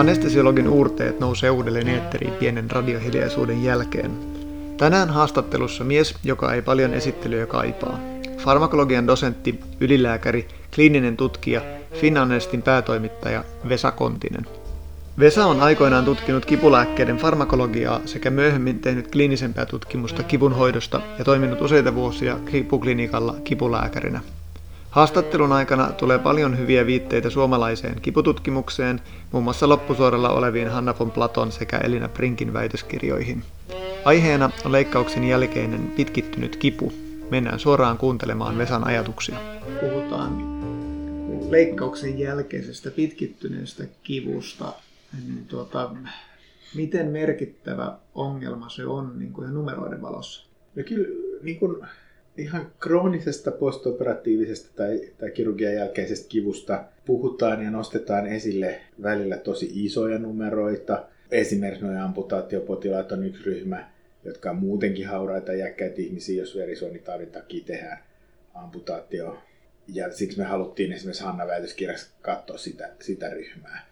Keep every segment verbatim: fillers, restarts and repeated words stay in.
Anestesiologin uurteet nousee uudelleen eetteriin pienen radiohiljaisuuden jälkeen. Tänään haastattelussa mies, joka ei paljon esittelyä kaipaa. Farmakologian dosentti, ylilääkäri, kliininen tutkija, Finanestin päätoimittaja Vesa Kontinen. Vesa on aikoinaan tutkinut kipulääkkeiden farmakologiaa sekä myöhemmin tehnyt kliinisempää tutkimusta kivun hoidosta ja toiminut useita vuosia kipuklinikalla kipulääkärinä. Haastattelun aikana tulee paljon hyviä viitteitä suomalaiseen kipututkimukseen, muun muassa loppusuoralla oleviin Hanna von Platon sekä Elina Brinkin väitöskirjoihin. Aiheena on leikkauksen jälkeinen pitkittynyt kipu. Mennään suoraan kuuntelemaan Vesan ajatuksia. Puhutaan leikkauksen jälkeisestä pitkittyneestä kivusta. Niin tuota, miten merkittävä ongelma se on niin kuin ihan numeroiden valossa? No kyllä niin kuin ihan kroonisesta postoperatiivisesta tai, tai kirurgian jälkeisestä kivusta puhutaan ja nostetaan esille välillä tosi isoja numeroita. Esimerkiksi nuo amputaatiopotilaat on yksi ryhmä, jotka on muutenkin hauraita jäkkäitä ihmisiä, jos verisuonitaudin takia tehdään amputaatio. Ja siksi me haluttiin esimerkiksi Hanna väitöskirjassa katsoa sitä, sitä ryhmää.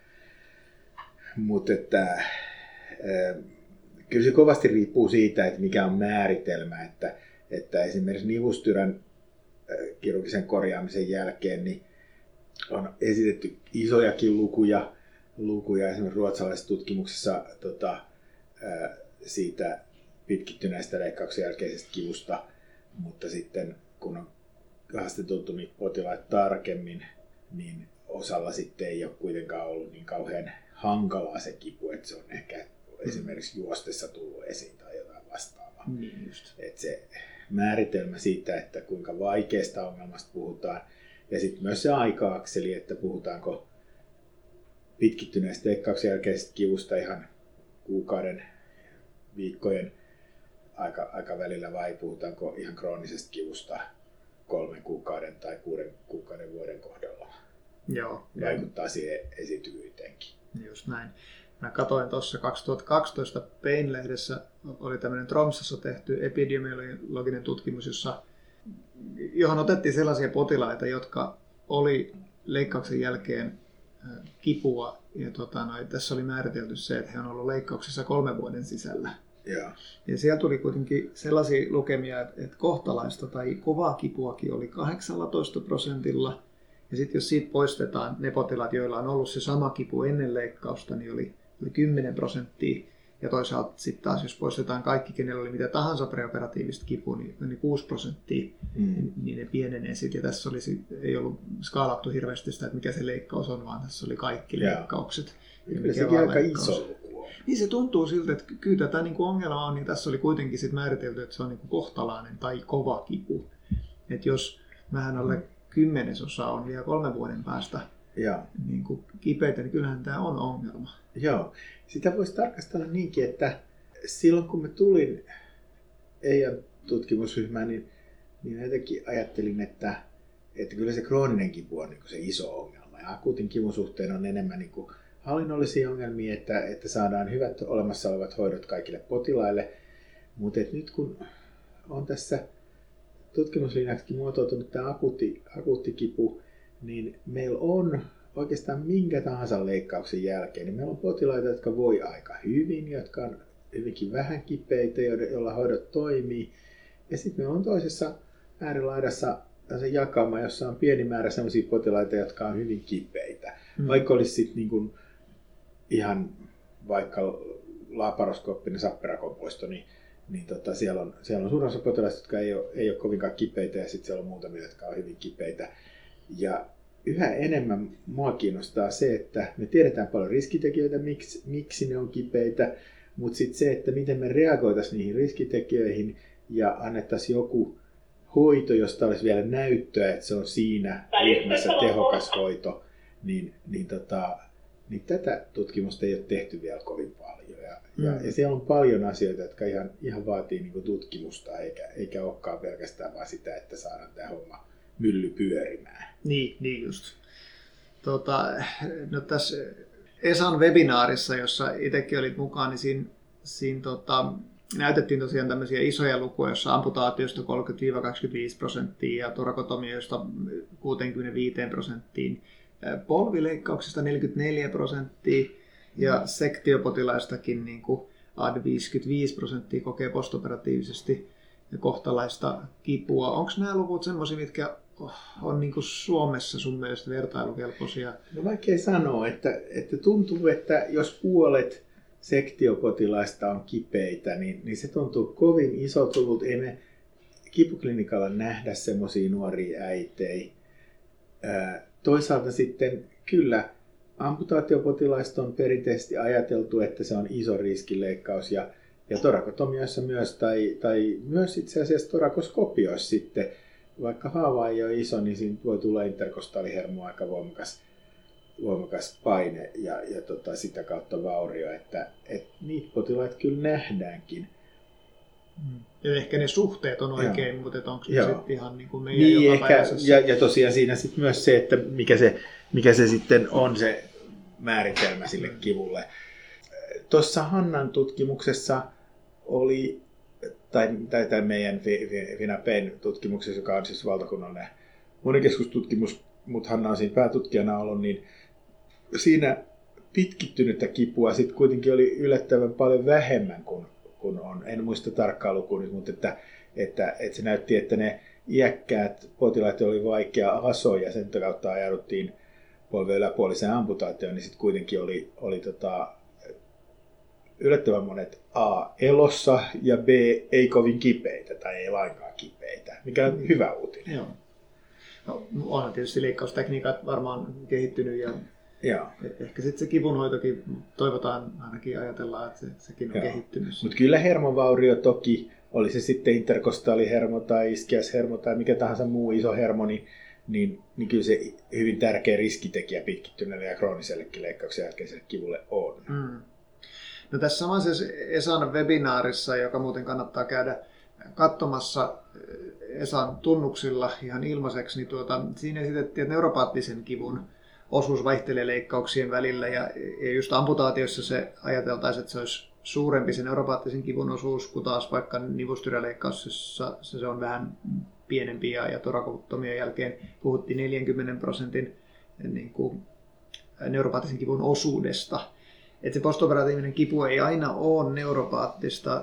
Mutta että kyllä se kovasti riippuu siitä, että mikä on määritelmä, että, että esimerkiksi nivustyrän kirurgisen korjaamisen jälkeen niin on esitetty isojakin lukuja, lukuja esimerkiksi ruotsalaisessa tutkimuksessa tota, siitä pitkittyneestä leikkauksen jälkeisestä kivusta, mutta sitten kun on haastateltu niitä potilaita tarkemmin, niin osalla sitten ei ole kuitenkaan ollut niin kauhean hankalaa se kipu, että se on ehkä mm. esimerkiksi juostessa tullut esiin tai jotain vastaavaa. Niin just. Että se määritelmä siitä, että kuinka vaikeasta ongelmasta puhutaan, ja sitten myös se aika-akseli, että puhutaanko pitkittyneestä leikkauksen jälkeisestä kivusta ihan kuukauden, viikkojen aika, aikavälillä vai puhutaanko ihan kroonisesta kivusta kolmen kuukauden tai kuuden kuukauden vuoden kohdalla. Joo. Vaikuttaa siihen esiintyvyyteenkin. Just näin. Mä katsoin tuossa kaksituhattakaksitoista Pain-lehdessä, oli tämmöinen Tromsassa tehty epidemiologinen tutkimus, jossa, johon otettiin sellaisia potilaita, jotka oli leikkauksen jälkeen kipua. Ja tota, no, tässä oli määritelty se, että he on ollut leikkauksessa kolmen vuoden sisällä. Ja, ja siellä tuli kuitenkin sellaisia lukemia, että kohtalaista tai kovaa kipuakin oli kahdeksantoista prosentilla. Ja sitten jos siitä poistetaan ne potilaat, joilla on ollut se sama kipu ennen leikkausta, niin oli, oli kymmenen prosenttia. Ja toisaalta sitten taas, jos poistetaan kaikki, kenellä oli mitä tahansa preoperatiivista kipua, niin, niin kuusi prosenttia, mm. niin ne pienenee sitten. Ja tässä olisi, ei ollut skaalattu hirveästi sitä, että mikä se leikkaus on, vaan tässä oli kaikki yeah. leikkaukset. Ja sekin aika iso luku. Niin se tuntuu siltä, että kyllä tätä niin kuin ongelma on, niin tässä oli kuitenkin sit määritelty, että se on niin kuin kohtalainen tai kova kipu. Että jos vähän alle mm. kymmenesosa on vielä kolmen vuoden päästä niin kuin kipeitä, niin kyllähän tämä on ongelma. Joo. Sitä voisi tarkastella niinkin, että silloin kun mä tulin Eijan tutkimusryhmään, niin, niin jotenkin ajattelin, että, että kyllä se krooninen kipu on niin kuin se iso ongelma. Ja akuutin kivun suhteen on enemmän niin kuin hallinnollisia ongelmia, että, että saadaan hyvät olemassa olevat hoidot kaikille potilaille. Mutta nyt kun on tässä tutkimuslinjaksikin muotoutunut tämä akuutti, akuutti kipu, niin meillä on oikeastaan minkä tahansa leikkauksen jälkeen, niin meillä on potilaita, jotka voi aika hyvin, jotka on hyvinkin vähän kipeitä, joilla hoidot toimii. Ja sitten meillä on toisessa äärilaidassa se jakauma, jossa on pieni määrä sellaisia potilaita, jotka on hyvin kipeitä. Mm. Vaikka olisi sitten niin kuin ihan vaikka laparoskooppinen sapperakompoisto, niin niin tota, siellä on, siellä on suurin osa potilaista, jotka ei ole, ei ole kovinkaan kipeitä, ja sitten siellä on muutamia, jotka on hyvin kipeitä. Ja yhä enemmän mua kiinnostaa se, että me tiedetään paljon riskitekijöitä, miksi, miksi ne on kipeitä, mutta sitten se, että miten me reagoitaisiin niihin riskitekijöihin ja annettaisiin joku hoito, josta olisi vielä näyttöä, että se on siinä ryhmässä tehokas hoito, niin, niin, tota, niin tätä tutkimusta ei ole tehty vielä kovin paljon. Ja, ja siellä on paljon asioita, jotka ihan, ihan vaatii niin kuin tutkimusta, eikä, eikä olekaan pelkästään vaan sitä, että saadaan tämä homma mylly pyörimään. Niin, niin just. Tota, no tässä Esan webinaarissa, jossa itsekin olit mukaan, niin siinä, siinä tota, näytettiin tosiaan tämmöisiä isoja lukuja, jossa amputaatiosta kolmekymmentä kaksikymmentäviisi prosenttia ja torakotomioista kuusikymmentäviisi prosenttiin, polvileikkauksista neljäkymmentäneljä prosenttia Ja sektiopotilaistakin niin kuin ad viisikymmentäviisi prosenttia kokee postoperatiivisesti kohtalaista kipua. Onko nämä luvut semmoisia, mitkä on niin kuin Suomessa sun mielestä vertailukelpoisia? No vaikea sanoa, että, että tuntuu, että jos puolet sektiopotilaista on kipeitä, niin, niin se tuntuu kovin isot luvut. Ei me kipuklinikalla nähdä semmoisia nuoria äitejä. Ää, toisaalta sitten kyllä amputaatiopotilaista on perinteisesti ajateltu, että se on iso riskileikkaus ja, ja torakotomioissa myös, tai, tai myös itse asiassa torakoskopioissa sitten, vaikka haava ei ole iso, niin siinä voi tulla interkostaalihermo aika voimakas, voimakas paine ja, ja tota, sitä kautta vaurio, että et niitä potilaita kyllä nähdäänkin. Ja ehkä ne suhteet on oikein, Joo. mutta onko se sitten ihan niin kuin meidän niin, jokapäiväisessä? Ja, ja tosiaan siinä sitten myös se, että mikä se, mikä se sitten on se määritelmä sille kivulle. Tuossa Hannan tutkimuksessa oli, tai, tai, tai meidän FINAPen tutkimuksessa, joka on siis valtakunnallinen monikeskustutkimus, mutta Hanna on siinä päätutkijana ollut, niin siinä pitkittynyttä kipua sitten kuitenkin oli yllättävän paljon vähemmän kuin, kuin on. En muista tarkkaa lukua nyt, mutta että, että, että se näytti, että ne iäkkäät potilaat oli vaikea aso ja sen kautta ajauduttiin polven yläpuoliseen amputaatioon, niin sitten kuitenkin oli, oli tota, yllättävän monet A elossa ja B ei kovin kipeitä tai ei lainkaan kipeitä, mikä on hyvä uutinen. Joo. No, onhan tietysti leikkaustekniikat varmaan kehittynyt ja Joo. ehkä sitten se kivunhoitokin, toivotaan ainakin ajatellaan, että se, sekin on Joo. kehittynyt. Mutta kyllä hermovaurio toki, oli se sitten interkostaalihermo tai iskiashermo tai mikä tahansa muu iso hermo, niin, niin, niin kyllä se hyvin tärkeä riskitekijä pitkittyneelle ja kroonisellekin leikkauksen jälkeiselle kivulle on. Mm. No tässä samaisessa Esan webinaarissa, joka muuten kannattaa käydä katsomassa Esan tunnuksilla ihan ilmaiseksi, niin tuota, siinä esitettiin, että neuropaattisen kivun osuus vaihtelee leikkauksien välillä ja, ja just amputaatiossa se ajateltaisiin, että se olisi suurempi se neuropaattisen kivun osuus, kun taas vaikka nivustyräleikkauksessa se on vähän pienempi ja, ja torakotomian jälkeen puhuttiin neljänkymmenen prosentin niin kuin neuropaattisen kivun osuudesta. Että se postoperatiivinen kipu ei aina ole neuropaattista.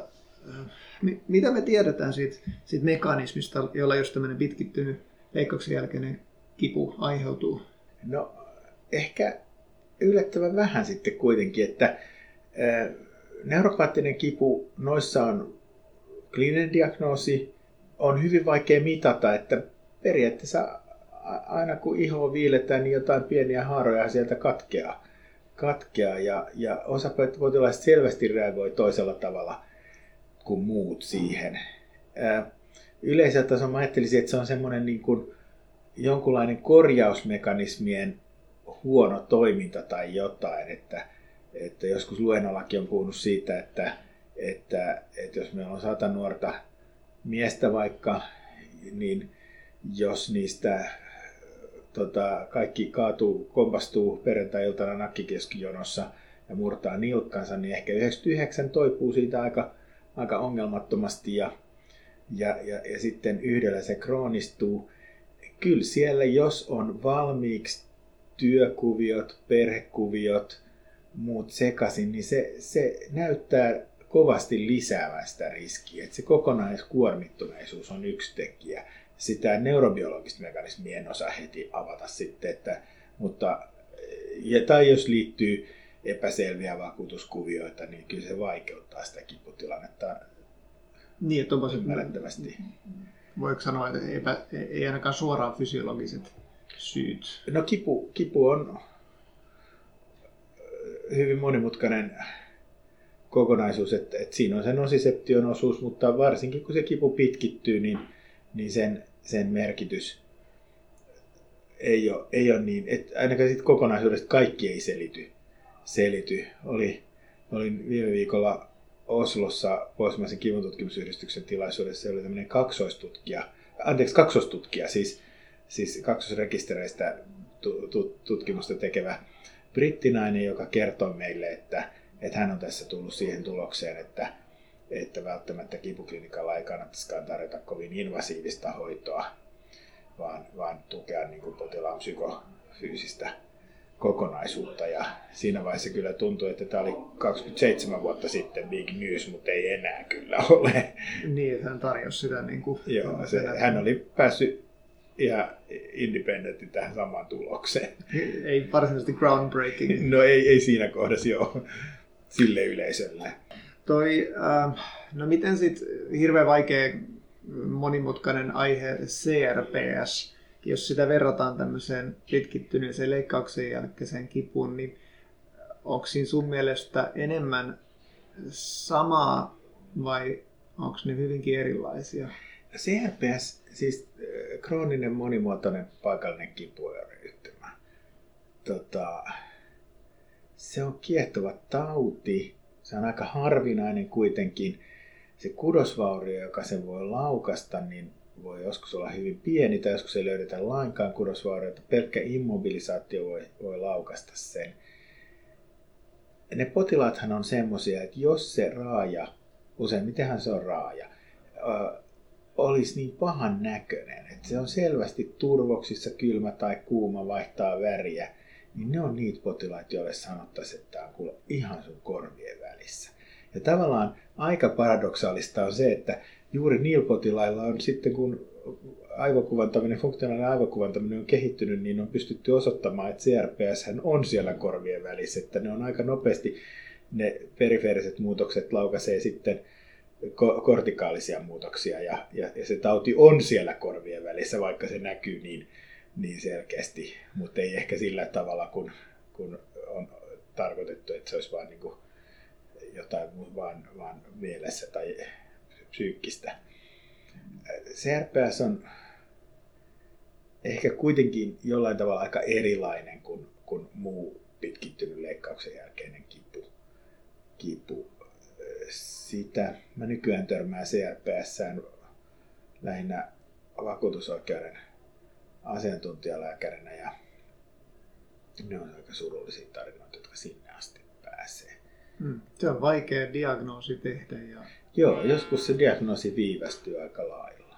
Mitä me tiedetään siitä, siitä mekanismista, jolla jos tämmöinen pitkittynyt leikkauksen jälkeinen kipu aiheutuu? No ehkä yllättävän vähän sitten kuitenkin, että ää, neuropaattinen kipu, noissa on kliininen diagnoosi, on hyvin vaikea mitata, että periaatteessa aina kun ihoa viiletään, niin jotain pieniä haaroja sieltä katkeaa. katkeaa ja, ja osa potilaista selvästi reagoi toisella tavalla kuin muut siihen. Ää, yleisellä tasolla mä ajattelisin, että se on semmoinen niin kuin jonkunlainen korjausmekanismien huono toiminta tai jotain, että, että joskus luennollakin on puhunut siitä, että, että, että jos meillä on sata nuorta miestä vaikka, niin jos niistä tota, kaikki kaatuu, kompastuu perjantai-iltana nakkikeskijonossa ja murtaa nilkkansa, niin ehkä yhdeksänkymmentäyhdeksän toipuu siitä aika, aika ongelmattomasti ja, ja, ja, ja sitten yhdellä se kroonistuu. Kyllä siellä, jos on valmiiksi työkuviot, perhekuviot, muut sekaisin, niin se, se näyttää kovasti lisäävän sitä riskiä. Että se kokonaiskuormittuneisuus on yksi tekijä. Sitä neurobiologista mekanismia en osaa heti avata sitten, että, mutta, ja, tai jos liittyy epäselviä vakuutuskuvioita, niin kyllä se vaikeuttaa sitä kiputilannetta niin, että onpa ymmärrettävästi. Voiko sanoa, että epä, ei ainakaan suoraan fysiologiset syyt? No kipu, kipu on hyvin monimutkainen kokonaisuus, että, että siinä on se nosiseption osuus, mutta varsinkin kun se kipu pitkittyy, niin, niin sen, sen merkitys ei ole, ei ole niin, että ainakaan siitä kokonaisuudesta kaikki ei selity. selity. Oli, olin viime viikolla Oslossa Pohjoismaisen kivuntutkimusyhdistyksen tilaisuudessa, se oli tämmöinen kaksoistutkija, anteeksi kaksostutkija, siis, siis kaksosrekistereistä tutkimusta tekevä brittinainen, joka kertoi meille, että, että hän on tässä tullut siihen tulokseen, että, että välttämättä kipuklinikalla ei kannattaisikaan tarjota kovin invasiivista hoitoa, vaan, vaan tukea niin kuin potilaan psykofyysistä kokonaisuutta. Ja siinä vaiheessa kyllä tuntui, että tämä oli kaksikymmentäseitsemän vuotta sitten big news, mutta ei enää kyllä ole. Niin, että hän tarjosi sitä niin kuin... Joo, se, hän oli päässyt ihan independentti tähän samaan tulokseen. Ei varsinaisesti groundbreaking. No ei, ei siinä kohdassa joo, sille yleisölle. Toi, äh, no miten sitten hirveän vaikea monimutkainen aihe C R P S, jos sitä verrataan tämmöiseen pitkittyneeseen leikkauksen jälkeiseen kipuun, niin onko siinä sun mielestä enemmän samaa vai onko ne hyvinkin erilaisia? C R P S, siis krooninen monimuotoinen paikallinen kipuoireyhtymä. Tota, se on kiehtova tauti, se on aika harvinainen kuitenkin. Se kudosvaurio, joka sen voi laukasta, niin voi joskus olla hyvin pieni tai joskus ei löydetä lainkaan kudosvauriota. Pelkkä immobilisaatio voi, voi laukasta sen. Ne potilaathan on semmoisia, että jos se raaja, useimmitenhan se on raaja, ö, olisi niin pahan näköinen, että se on selvästi turvoksissa, kylmä tai kuuma, vaihtaa väriä, niin ne on niitä potilaita, joille sanottaisiin, että tämä on kuule ihan sun korvien välissä. Ja tavallaan aika paradoksaalista on se, että juuri niillä potilailla on sitten, kun aivokuvantaminen, funktionaalinen aivokuvantaminen on kehittynyt, niin on pystytty osoittamaan, että C R P S on siellä korvien välissä, että ne on aika nopeasti, ne perifeeriset muutokset laukaisee sitten ko- kortikaalisia muutoksia ja, ja, ja se tauti on siellä korvien välissä, vaikka se näkyy niin, niin selkeästi, mutta ei ehkä sillä tavalla, kun, kun on tarkoitettu, että se olisi vain niin kuin jotain vaan, vaan mielessä tai psyykkistä. C R P S on ehkä kuitenkin jollain tavalla aika erilainen kuin, kuin muu pitkittynyt leikkauksen jälkeinen kipu. kipu. Sitä mä nykyään törmään C R P S:ään lähinnä vakuutusoikeuden asiantuntijalääkärinä ja ne on aika surullisia tarinoita, jotka sinne asti pääsee. Hmm. Se on vaikea diagnoosi tehdä. Ja... Joo, joskus se diagnoosi viivästyy aika lailla.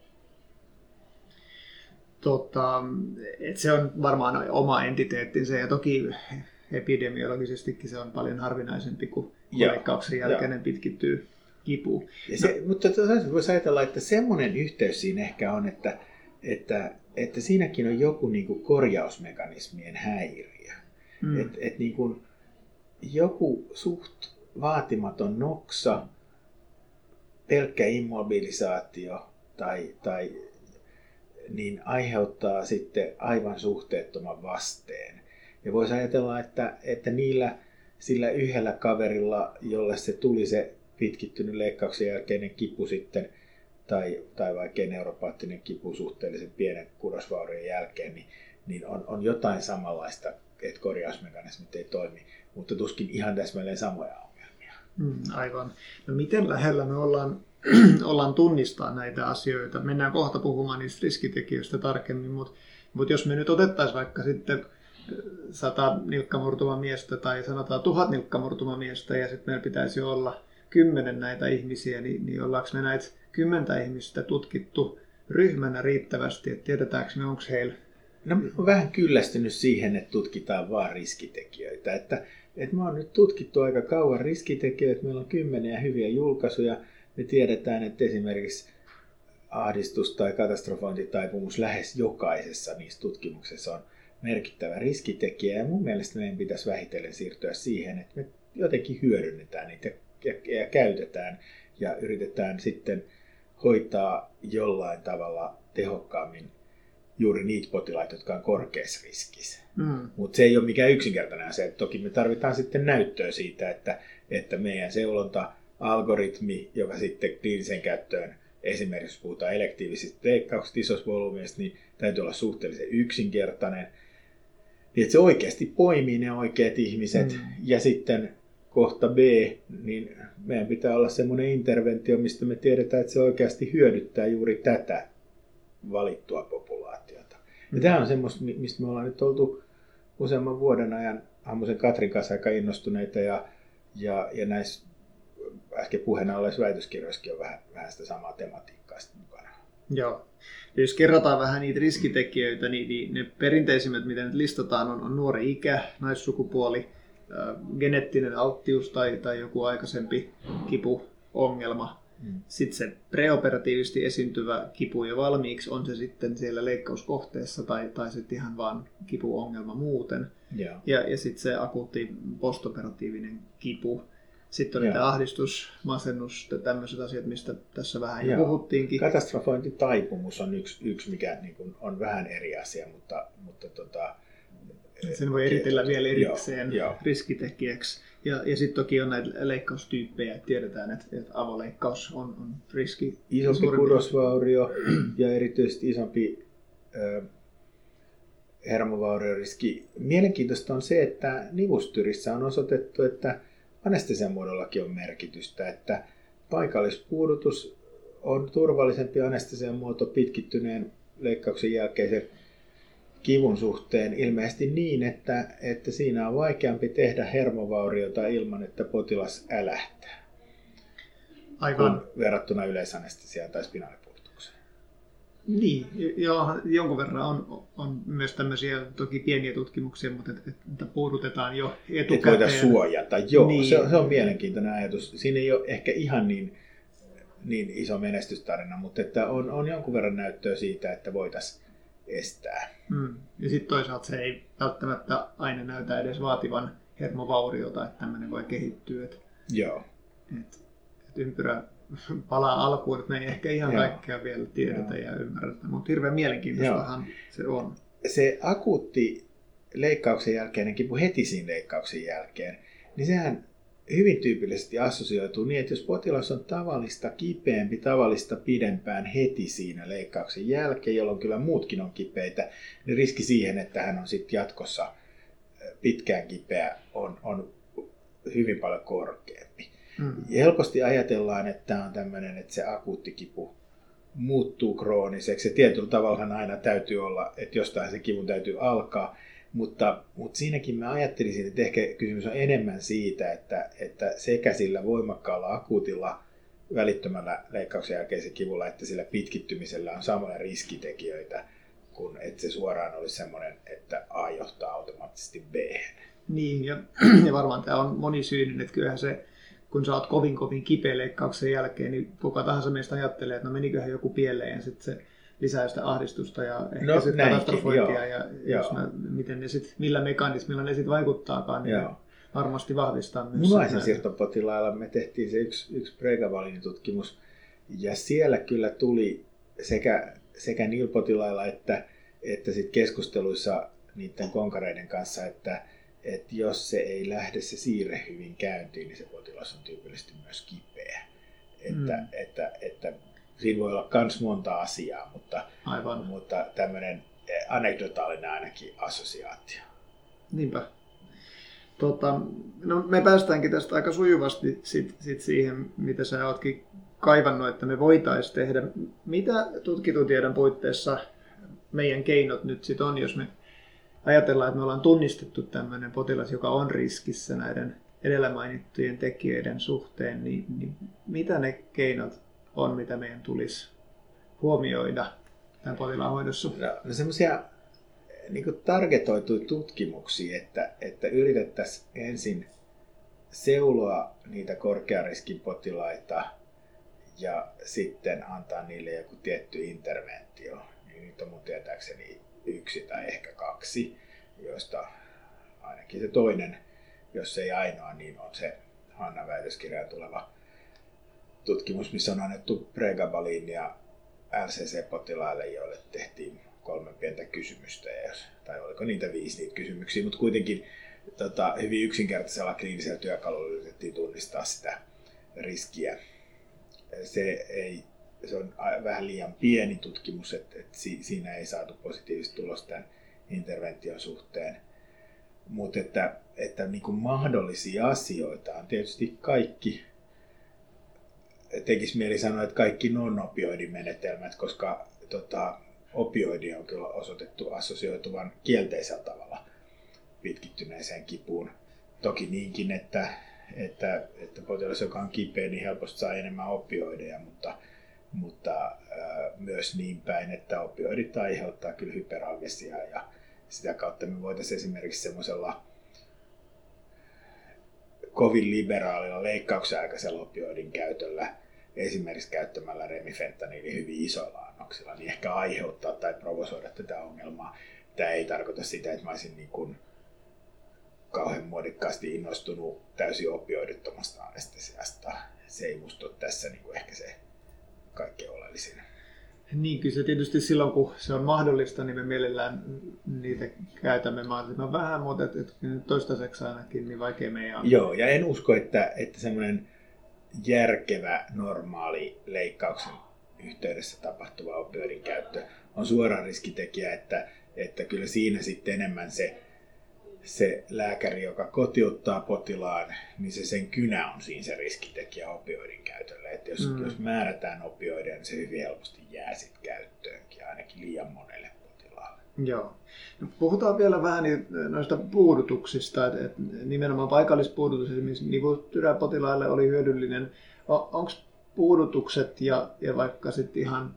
Tota, et se on varmaan oma entiteettinsä ja toki epidemiologisestikin se on paljon harvinaisempi kuin leikkauksen jälkeinen pitkittyy kipu. Ja se, no. Mutta voisi ajatella, että semmoinen yhteys siinä ehkä on, että, että, että siinäkin on joku niin kuin korjausmekanismien häiriö. Mm. Että et niin kuin joku suht vaatimaton noksa, pelkkä immobilisaatio tai, tai niin aiheuttaa sitten aivan suhteettoman vasteen. Ja voisi ajatella, että, että niillä, sillä yhdellä kaverilla, jolle se tuli se pitkittynyt leikkauksen jälkeinen kipu sitten, tai, tai vaikka neuropaattinen kipu suhteellisen pienen kudosvaurion jälkeen, niin, niin on, on jotain samanlaista, että korjausmekanismit ei toimi, mutta tuskin ihan täsmälleen samoja ongelmia. Mm, aivan. No miten lähellä me ollaan, ollaan tunnistaa näitä asioita? Mennään kohta puhumaan niistä riskitekijöistä tarkemmin, mutta, mutta jos me nyt otettaisiin vaikka sitten sata nilkkamurtuma miestä tai sanotaan tuhat nilkkamurtuma miestä ja sitten meillä pitäisi olla kymmenen näitä ihmisiä, niin, niin ollaanko me näitä kymmentä ihmistä tutkittu ryhmänä riittävästi, että tiedetäänkö me, onko heillä? No mä oon vähän kyllästynyt siihen, että tutkitaan vaan riskitekijöitä. Että, että mä oon nyt tutkittu aika kauan riskitekijöitä, meillä on kymmeniä hyviä julkaisuja. Me tiedetään, että esimerkiksi ahdistus tai katastrofointitaipumus lähes jokaisessa niissä tutkimuksissa on merkittävä riskitekijä. Ja mun mielestä meidän pitäisi vähitellen siirtyä siihen, että me jotenkin hyödynnetään niitä ja, ja, ja käytetään ja yritetään sitten hoitaa jollain tavalla tehokkaammin juuri niitä potilaita, jotka on korkeassa riskissä. Mm. Mutta se ei ole mikään yksinkertainen asia. Toki me tarvitaan sitten näyttöä siitä, että, että meidän seulonta-algoritmi, joka sitten kliiniseen käyttöön, esimerkiksi puhutaan elektiivisistä leikkauksista isossa volyymeista, niin täytyy olla suhteellisen yksinkertainen. Niin että se oikeasti poimii ne oikeat ihmiset. Mm. Ja sitten kohta B, niin meidän pitää olla semmoinen interventio, mistä me tiedetään, että se oikeasti hyödyttää juuri tätä valittua populaatiota. Ja tämä on semmoista, mistä me ollaan nyt oltu useamman vuoden ajan Hammosen Katrin kanssa aika innostuneita ja, ja, ja näissä äsken puheena olleissa väitöskirjoissakin on vähän, vähän sitä samaa tematiikkaa mukana. Joo. Ja jos kerrataan vähän niitä riskitekijöitä, niin, niin ne perinteisimmät, mitä nyt listataan, on, on nuori ikä, naissukupuoli, äh, geneettinen alttius tai, tai joku aikaisempi kipuongelma. Hmm. Sitten se preoperatiivisesti esiintyvä kipu jo valmiiksi, on se sitten siellä leikkauskohteessa tai, tai sitten ihan vaan kipuongelma muuten. Yeah. Ja, ja sitten se akuutti postoperatiivinen kipu. Sitten on niitä ahdistus, masennus, tämmöiset asiat, mistä tässä vähän jo puhuttiinkin. Katastrofointitaipumus on yksi, yksi mikä niin kuin on vähän eri asia, mutta... mutta tota, sen voi eritellä et, vielä erikseen jo, jo. riskitekijäksi. Ja, ja sitten toki on näitä leikkaustyyppejä. Tiedetään, että, että avoleikkaus on, on riski. Isompi kudosvaurio ja erityisesti isompi äh, hermovaurioriski. Mielenkiintoista on se, että nivustyrissä on osoitettu, että anestesian muodollakin on merkitystä, että paikallispuudutus on turvallisempi anestesian muoto pitkittyneen leikkauksen jälkeisen kivun suhteen ilmeisesti niin, että, että siinä on vaikeampi tehdä hermovauriota ilman, että potilas älähtää. Aivan. Verrattuna yleisanestesiaan tai spinaalipuudutukseen. Niin, joo, jonkun verran on, on myös tämmöisiä toki pieniä tutkimuksia, mutta että, että puudutetaan jo etukäteen. Että voitaisiin suojata, joo, niin. se, on, se on mielenkiintoinen ajatus. Siinä ei ole ehkä ihan niin, niin iso menestystarina, mutta että on, on jonkun verran näyttöä siitä, että voitaisiin estää. Mm. Ja sitten toisaalta se ei välttämättä aina näytä edes vaativan hermovauriota, että tämmöinen voi kehittyä. Et, joo. Et, et ympyrä palaa alkuun, että me ei ehkä ihan Joo. kaikkea vielä tiedetä Joo. ja ymmärretä, mutta hirveän mielenkiintoistahan se on. Se akuutti leikkauksen jälkeinen kipu heti siinä leikkauksen jälkeen, niin sehän hyvin tyypillisesti assosioituu niin, että jos potilas on tavallista kipeämpi, tavallista pidempään heti siinä leikkauksen jälkeen, jolloin kyllä muutkin on kipeitä, niin riski siihen, että hän on sitten jatkossa pitkään kipeä, on, on hyvin paljon korkeampi. Mm. Ja helposti ajatellaan, että tämä on tämmöinen, että se akuutti kipu muuttuu krooniseksi. Ja tietyllä tavalla aina täytyy olla, että jostain se kivun täytyy alkaa. Mutta, mutta siinäkin mä ajattelisin, että ehkä kysymys on enemmän siitä, että, että sekä sillä voimakkaalla akuutilla välittömällä leikkauksen jälkeisen kivulla, että sillä pitkittymisellä on samoja riskitekijöitä, kuin että se suoraan olisi semmoinen, että A johtaa automaattisesti B. Niin, ja, ja varmaan tämä on monisyinen, että kyllähän se, kun sä oot kovin kovin kipeä leikkauksen jälkeen, niin kuka tahansa meistä ajattelee, että no meniköhän joku pieleen, ja sitten se lisää sitä ahdistusta ja ehkä no, sitten katastrofointia ja jos mä, miten ne sit, millä mekanismilla ne sitten vaikuttaakaan, niin joo. varmasti vahvistaa myös. Munaisen siirtopotilailla me tehtiin se yksi, yksi pregabalin-tutkimus ja siellä kyllä tuli sekä, sekä niillä potilailla että, että sit keskusteluissa niiden konkareiden kanssa, että, että jos se ei lähde se siirre hyvin käyntiin, niin se potilas on tyypillisesti myös kipeä. Että, mm. että, että siinä voi olla myös monta asiaa, mutta, Aivan. mutta tämmöinen anekdotaalinen ainakin assosiaatio. Niinpä. Tota, no me päästäänkin tästä aika sujuvasti sit, sit siihen, mitä sä ootkin kaivannut, että me voitaisiin tehdä. Mitä tutkitun tiedon puitteissa meidän keinot nyt sit on, jos me ajatellaan, että me ollaan tunnistettu tämmöinen potilas, joka on riskissä näiden edellä mainittujen tekijöiden suhteen, niin, niin mitä ne keinot on, mitä meidän tulisi huomioida tämän potilaan hoidossa? No, no semmoisia niin kuin targetoituja tutkimuksia, että, että yritettäisiin ensin seuloa niitä korkeariskin potilaita ja sitten antaa niille joku tietty interventio. Niin niitä on mun tietääkseni yksi tai ehkä kaksi, joista ainakin se toinen, jos ei ainoa, niin on se Hanna väitöskirjaan tuleva tutkimus, missä on annettu pregabalin ja L C C-potilaille, joille tehtiin kolme pientä kysymystä, tai oliko niitä viisi niitä kysymyksiä, mutta kuitenkin tota, hyvin yksinkertaisella kliinisellä työkalulla yritettiin tunnistaa sitä riskiä. Se, ei, se on vähän liian pieni tutkimus, että, että siinä ei saatu positiivista tulosta tämän intervention suhteen. Mutta että, että niin kuin mahdollisia asioita on tietysti kaikki. Tekisi mieli sanoa, että kaikki non-opioidimenetelmät, koska tota, opioidia on kyllä osoitettu assosioituvan kielteisellä tavalla pitkittyneeseen kipuun. Toki niinkin, että, että, että potilas, joka on kipeä, niin helposti saa enemmän opioideja, mutta, mutta äh, myös niin päin, että opioidit aiheuttaa kyllä hyperalgesiaa ja sitä kautta me voitaisiin esimerkiksi semmoisella kovin liberaalilla leikkauksen aikaisella opioidin käytöllä, esimerkiksi käyttämällä remifentaniilin hyvin isoilla annoksilla, niin ehkä aiheuttaa tai provosoida tätä ongelmaa. Tämä ei tarkoita sitä, että mä olisin niin kuin kauhean muodikkaasti innostunut täysin opioidittomasta anestesiasta. Se ei musta ole tässä niin kuin ehkä se kaikkein oleellisin. Niin, kyllä se tietysti silloin, kun se on mahdollista, niin me mielellään niitä käytämme mahdollisimman vähän, mutta et, et, toistaiseksi ainakin niin vaikea meidän on. Joo, ja en usko, että, että semmoinen järkevä, normaali leikkauksen yhteydessä tapahtuva opioidin käyttö on suora riskitekijä, että, että kyllä siinä sitten enemmän se, se lääkäri, joka kotiuttaa potilaan, niin se sen kynä on siinä se riskitekijä opioidin käytölle. Että jos, mm. jos määrätään opioidia, niin se hyvin helposti jää sitten käyttöönkin, ainakin liian monelle potilaalle. Joo. No, puhutaan vielä vähän noista puudutuksista, että, että nimenomaan paikallispuudutus esimerkiksi nivutyräpotilaille oli hyödyllinen. Onko puudutukset ja, ja vaikka sitten ihan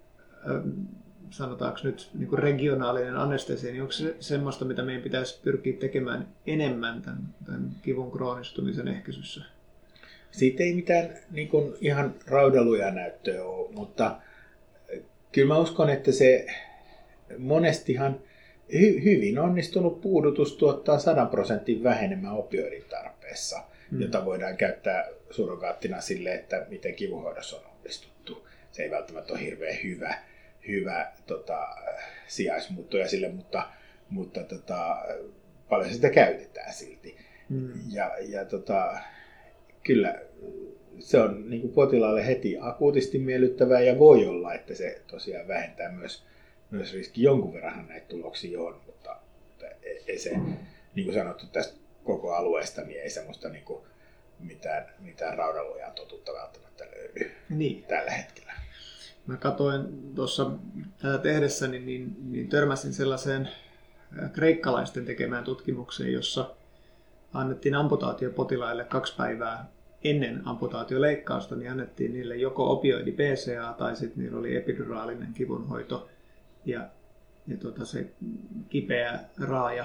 sanotaanko nyt niin kuin regionaalinen anestesia, niin onko se semmoista, mitä meidän pitäisi pyrkiä tekemään enemmän tämän, tämän kivun kroonistumisen ehkäisyssä? Siitä ei mitään niin kuin ihan raudaluja näyttöä ole, mutta kyllä mä uskon, että se monestihan hy- hyvin onnistunut puudutus tuottaa sadan prosentin vähenemän opioidin tarpeessa, hmm. jota voidaan käyttää surrogaattina sille, että miten kivunhoidossa on onnistuttu. Se ei välttämättä ole hirveän hyvä. hyvä tota, sijaismuuttoja sille, mutta, mutta tota, paljon sitä käytetään silti. Mm. Ja, ja tota, kyllä se on niin kuin potilaalle heti akuutisti miellyttävää ja voi olla, että se tosiaan vähentää myös, myös riski jonkun verran näitä tuloksia on, mutta ei se, niin kuin sanottu tästä koko alueesta, niin ei semmoista niin kuin mitään, mitään raudanlujaa totuutta välttämättä löydy niin. tällä hetkellä. Mä katsoin tuossa tätä tehdessäni, niin, niin törmäsin sellaiseen kreikkalaisten tekemään tutkimukseen, jossa annettiin amputaatiopotilaille kaksi päivää ennen amputaatioleikkausta, niin annettiin niille joko opioidi P C A tai sitten niillä oli epiduraalinen kivunhoito ja, ja tota se kipeä raaja,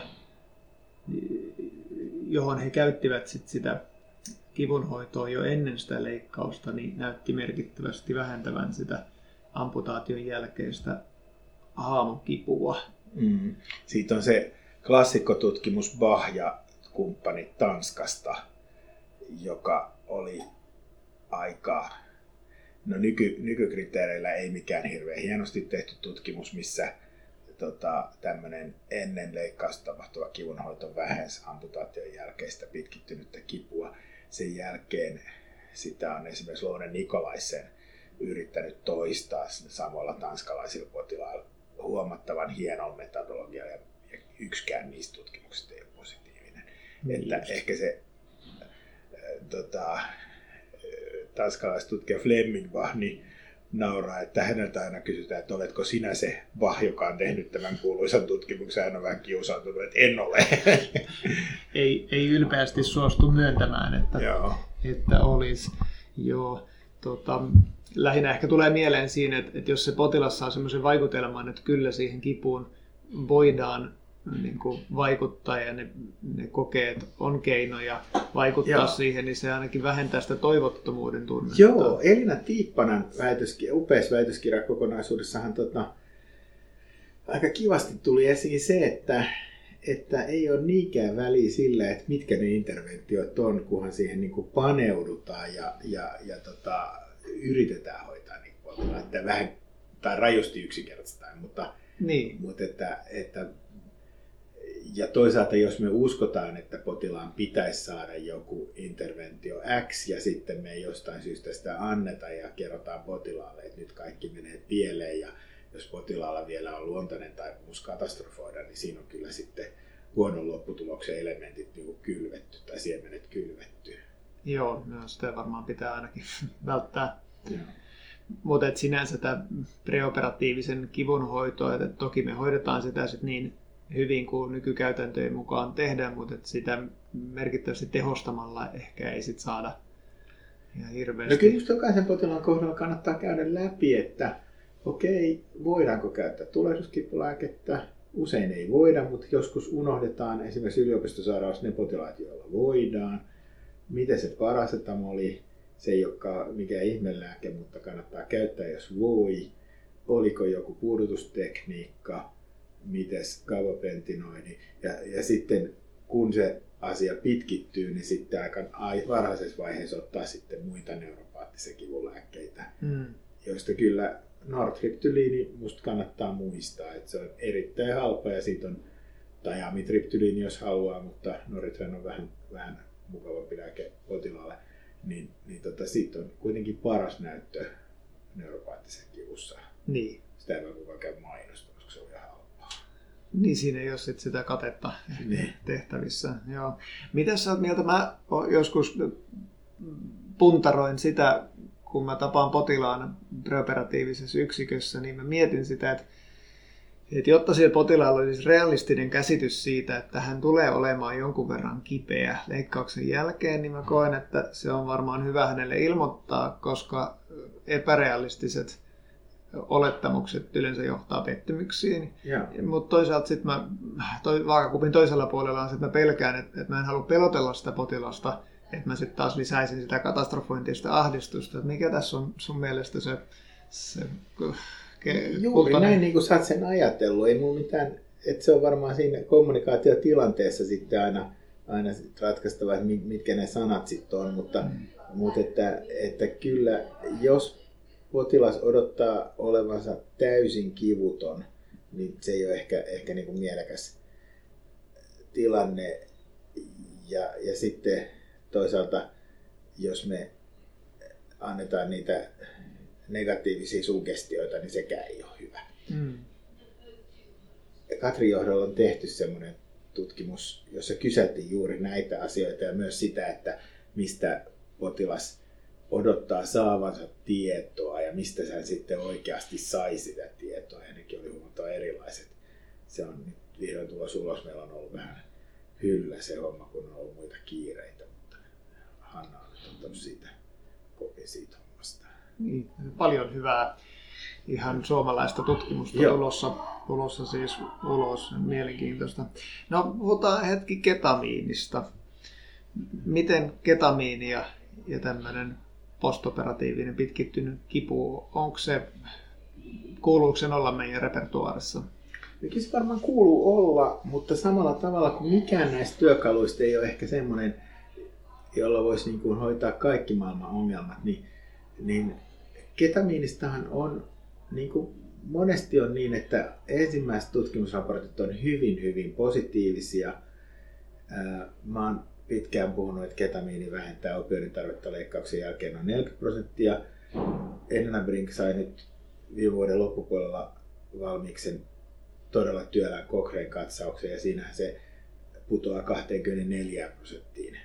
johon he käyttivät sit sitä kivunhoitoa jo ennen sitä leikkausta, niin näytti merkittävästi vähentävän sitä amputaation jälkeistä haamukipua. Mm. Siitä on se klassikkotutkimus Bach ja kumppanit Tanskasta, joka oli aika, no nyky, nykykriteereillä ei mikään hirveän hienosti tehty tutkimus, missä tota, tämmöinen ennen leikkausta tapahtuva kivunhoito vähensi amputaation jälkeistä pitkittynyttä kipua. Sen jälkeen sitä on esimerkiksi Loone Nikolaisen yrittänyt toistaa samoilla tanskalaisilla potilailla huomattavan hienolla metodologialla ja yksikään niistä tutkimuksista ei ole positiivinen. Niin että just. Ehkä se äh, tota, tanskalaistutkija Flemming Bach niin nauraa, että häneltä aina kysytään, että oletko sinä se Bach, joka on tehnyt tämän kuuluisan tutkimuksen. Hän on vähän kiusautunut, että en ole. ei, ei ylpeästi suostu myöntämään, että, että olisi. Joo, tota, lähinnä ehkä tulee mieleen siinä, että, että jos se potilas saa semmoisen vaikutelman, että kyllä siihen kipuun voidaan niin kuin vaikuttaa ja ne, ne kokeet on keinoja vaikuttaa Joo. siihen, niin se ainakin vähentää sitä toivottomuuden tunnetta. Joo, Elina Tiippanan väitöskirja, upeassa väitöskirjakokonaisuudessahan tota, aika kivasti tuli esiin se, että, että ei ole niinkään väliä sillä, että mitkä ne interventiot on, kunhan siihen niin kuin paneudutaan ja, ja, ja tota, yritetään hoitaa niin potilaita vähän tai rajusti yksinkertaistaen, mutta, niin. mutta että, että ja toisaalta jos me uskotaan, että potilaan pitäisi saada joku interventio X ja sitten me ei jostain syystä sitä anneta ja kerrotaan potilaalle, että nyt kaikki menee pieleen ja jos potilaalla vielä on luontainen taipumus katastrofoida, niin siinä on kyllä sitten huonon lopputuloksen elementit niin kuin kylvetty tai siemenet kylvetty. Joo, no sitä varmaan pitää ainakin välttää. Mutta sinänsä tämä preoperatiivisen kivunhoito, että toki me hoidetaan sitä sit niin hyvin kuin nykykäytäntöjen mukaan tehdään, mutta sitä merkittävästi tehostamalla ehkä ei sit saada ihan hirveästi. No kyllä just jokaisen potilaan kohdalla kannattaa käydä läpi, että okei, voidaanko käyttää tulehduskipulääkettä. Usein ei voida, mutta joskus unohdetaan esimerkiksi yliopistosairaalassa ne potilaat, joilla voidaan. Miten se parasetamoli, se ei ole mikään ihmelääke, mutta kannattaa käyttää, jos voi. Oliko joku puudutustekniikka, mites gabapentinoidi. Ja, ja sitten kun se asia pitkittyy, niin sitten aika varhaisessa vaiheessa ottaa sitten muita neuropaattisia kivunlääkkeitä, mm. joista kyllä nortriptyliini musta kannattaa muistaa, että se on erittäin halpa ja siitä on, tai amitriptyliini jos haluaa, mutta Norritren on vähän, vähän mukavampi lääke potilaalle, niin, niin tota, siitä on kuitenkin paras näyttö neuropaattisen kivussa. Niin. Sitä ei voi kukaan käy mainostaa, koska se on ihan halpaa. Niin siinä ei ole sit sitä katetta niin. tehtävissä. Joo. Mitäs sä oot mieltä? Mä joskus puntaroin sitä, kun mä tapaan potilaan preoperatiivisessa yksikössä, niin mä mietin sitä, että, että jotta siellä potilaalla olisi realistinen käsitys siitä, että hän tulee olemaan jonkun verran kipeä leikkauksen jälkeen, niin mä koen, että se on varmaan hyvä hänelle ilmoittaa, koska epärealistiset olettamukset yleensä johtaa pettymyksiin. Mutta toisaalta sitten mä, toi, vaakakupin toisella puolella on se, että mä pelkään, että, että mä en halua pelotella sitä potilasta, että mä sitten taas lisäisin sitä katastrofointista ahdistusta. Että mikä tässä on sun mielestä se... se ke, Juuri kultainen... näin, niin kuin sä oot sen ajatellut. Ei mulla mitään, että se on varmaan siinä kommunikaatiotilanteessa sitten aina, aina sit ratkaistava, että mitkä ne sanat sitten on. Mutta, mm. mutta että, että kyllä, jos potilas odottaa olevansa täysin kivuton, niin se ei ole ehkä, ehkä niin kuin mielekäs tilanne. Ja, ja sitten toisaalta, jos me annetaan niitä negatiivisia suggestioita, niin sekään ei ole hyvä. Mm. Katrin johdolla on tehty semmoinen tutkimus, jossa kyseltiin juuri näitä asioita ja myös sitä, että mistä potilas odottaa saavansa tietoa ja mistä hän sitten oikeasti sai sitä tietoa. Ja nekin oli huomattavasti erilaiset. Se on nyt vihdoin tulos ulos. Meillä on ollut vähän hyllä se homma, kun on ollut muita kiireitä, mutta Hanna on nyt ottanut siitä kopin siitä hommasta. Niin, paljon hyvää ihan suomalaista tutkimusta tulossa, tulossa siis ulos. Mielenkiintoista. No puhutaan hetki ketamiinista. Miten ketamiini ja, ja tämmöinen postoperatiivinen pitkittynyt kipu, onko se, kuuluuko sen olla meidän repertuaarissa? Kyllä se varmaan kuuluu olla, mutta samalla tavalla kuin mikään näistä työkaluista ei ole ehkä semmoinen, jolla voisi niin kuin hoitaa kaikki maailman ongelmat, niin, niin ketamiinistahan on, niin kuin monesti on niin, että ensimmäiset tutkimusraportit on hyvin, hyvin positiivisia. Mä oon pitkään puhunut, että ketamiini vähentää opioiditarvetta leikkauksen jälkeen noin neljäkymmentä prosenttia. Elina Brink sai nyt viime vuoden loppupuolella valmiiksi sen todella työlään Cochrane katsauksen ja siinähän se putoaa kaksikymmentäneljä prosenttiin.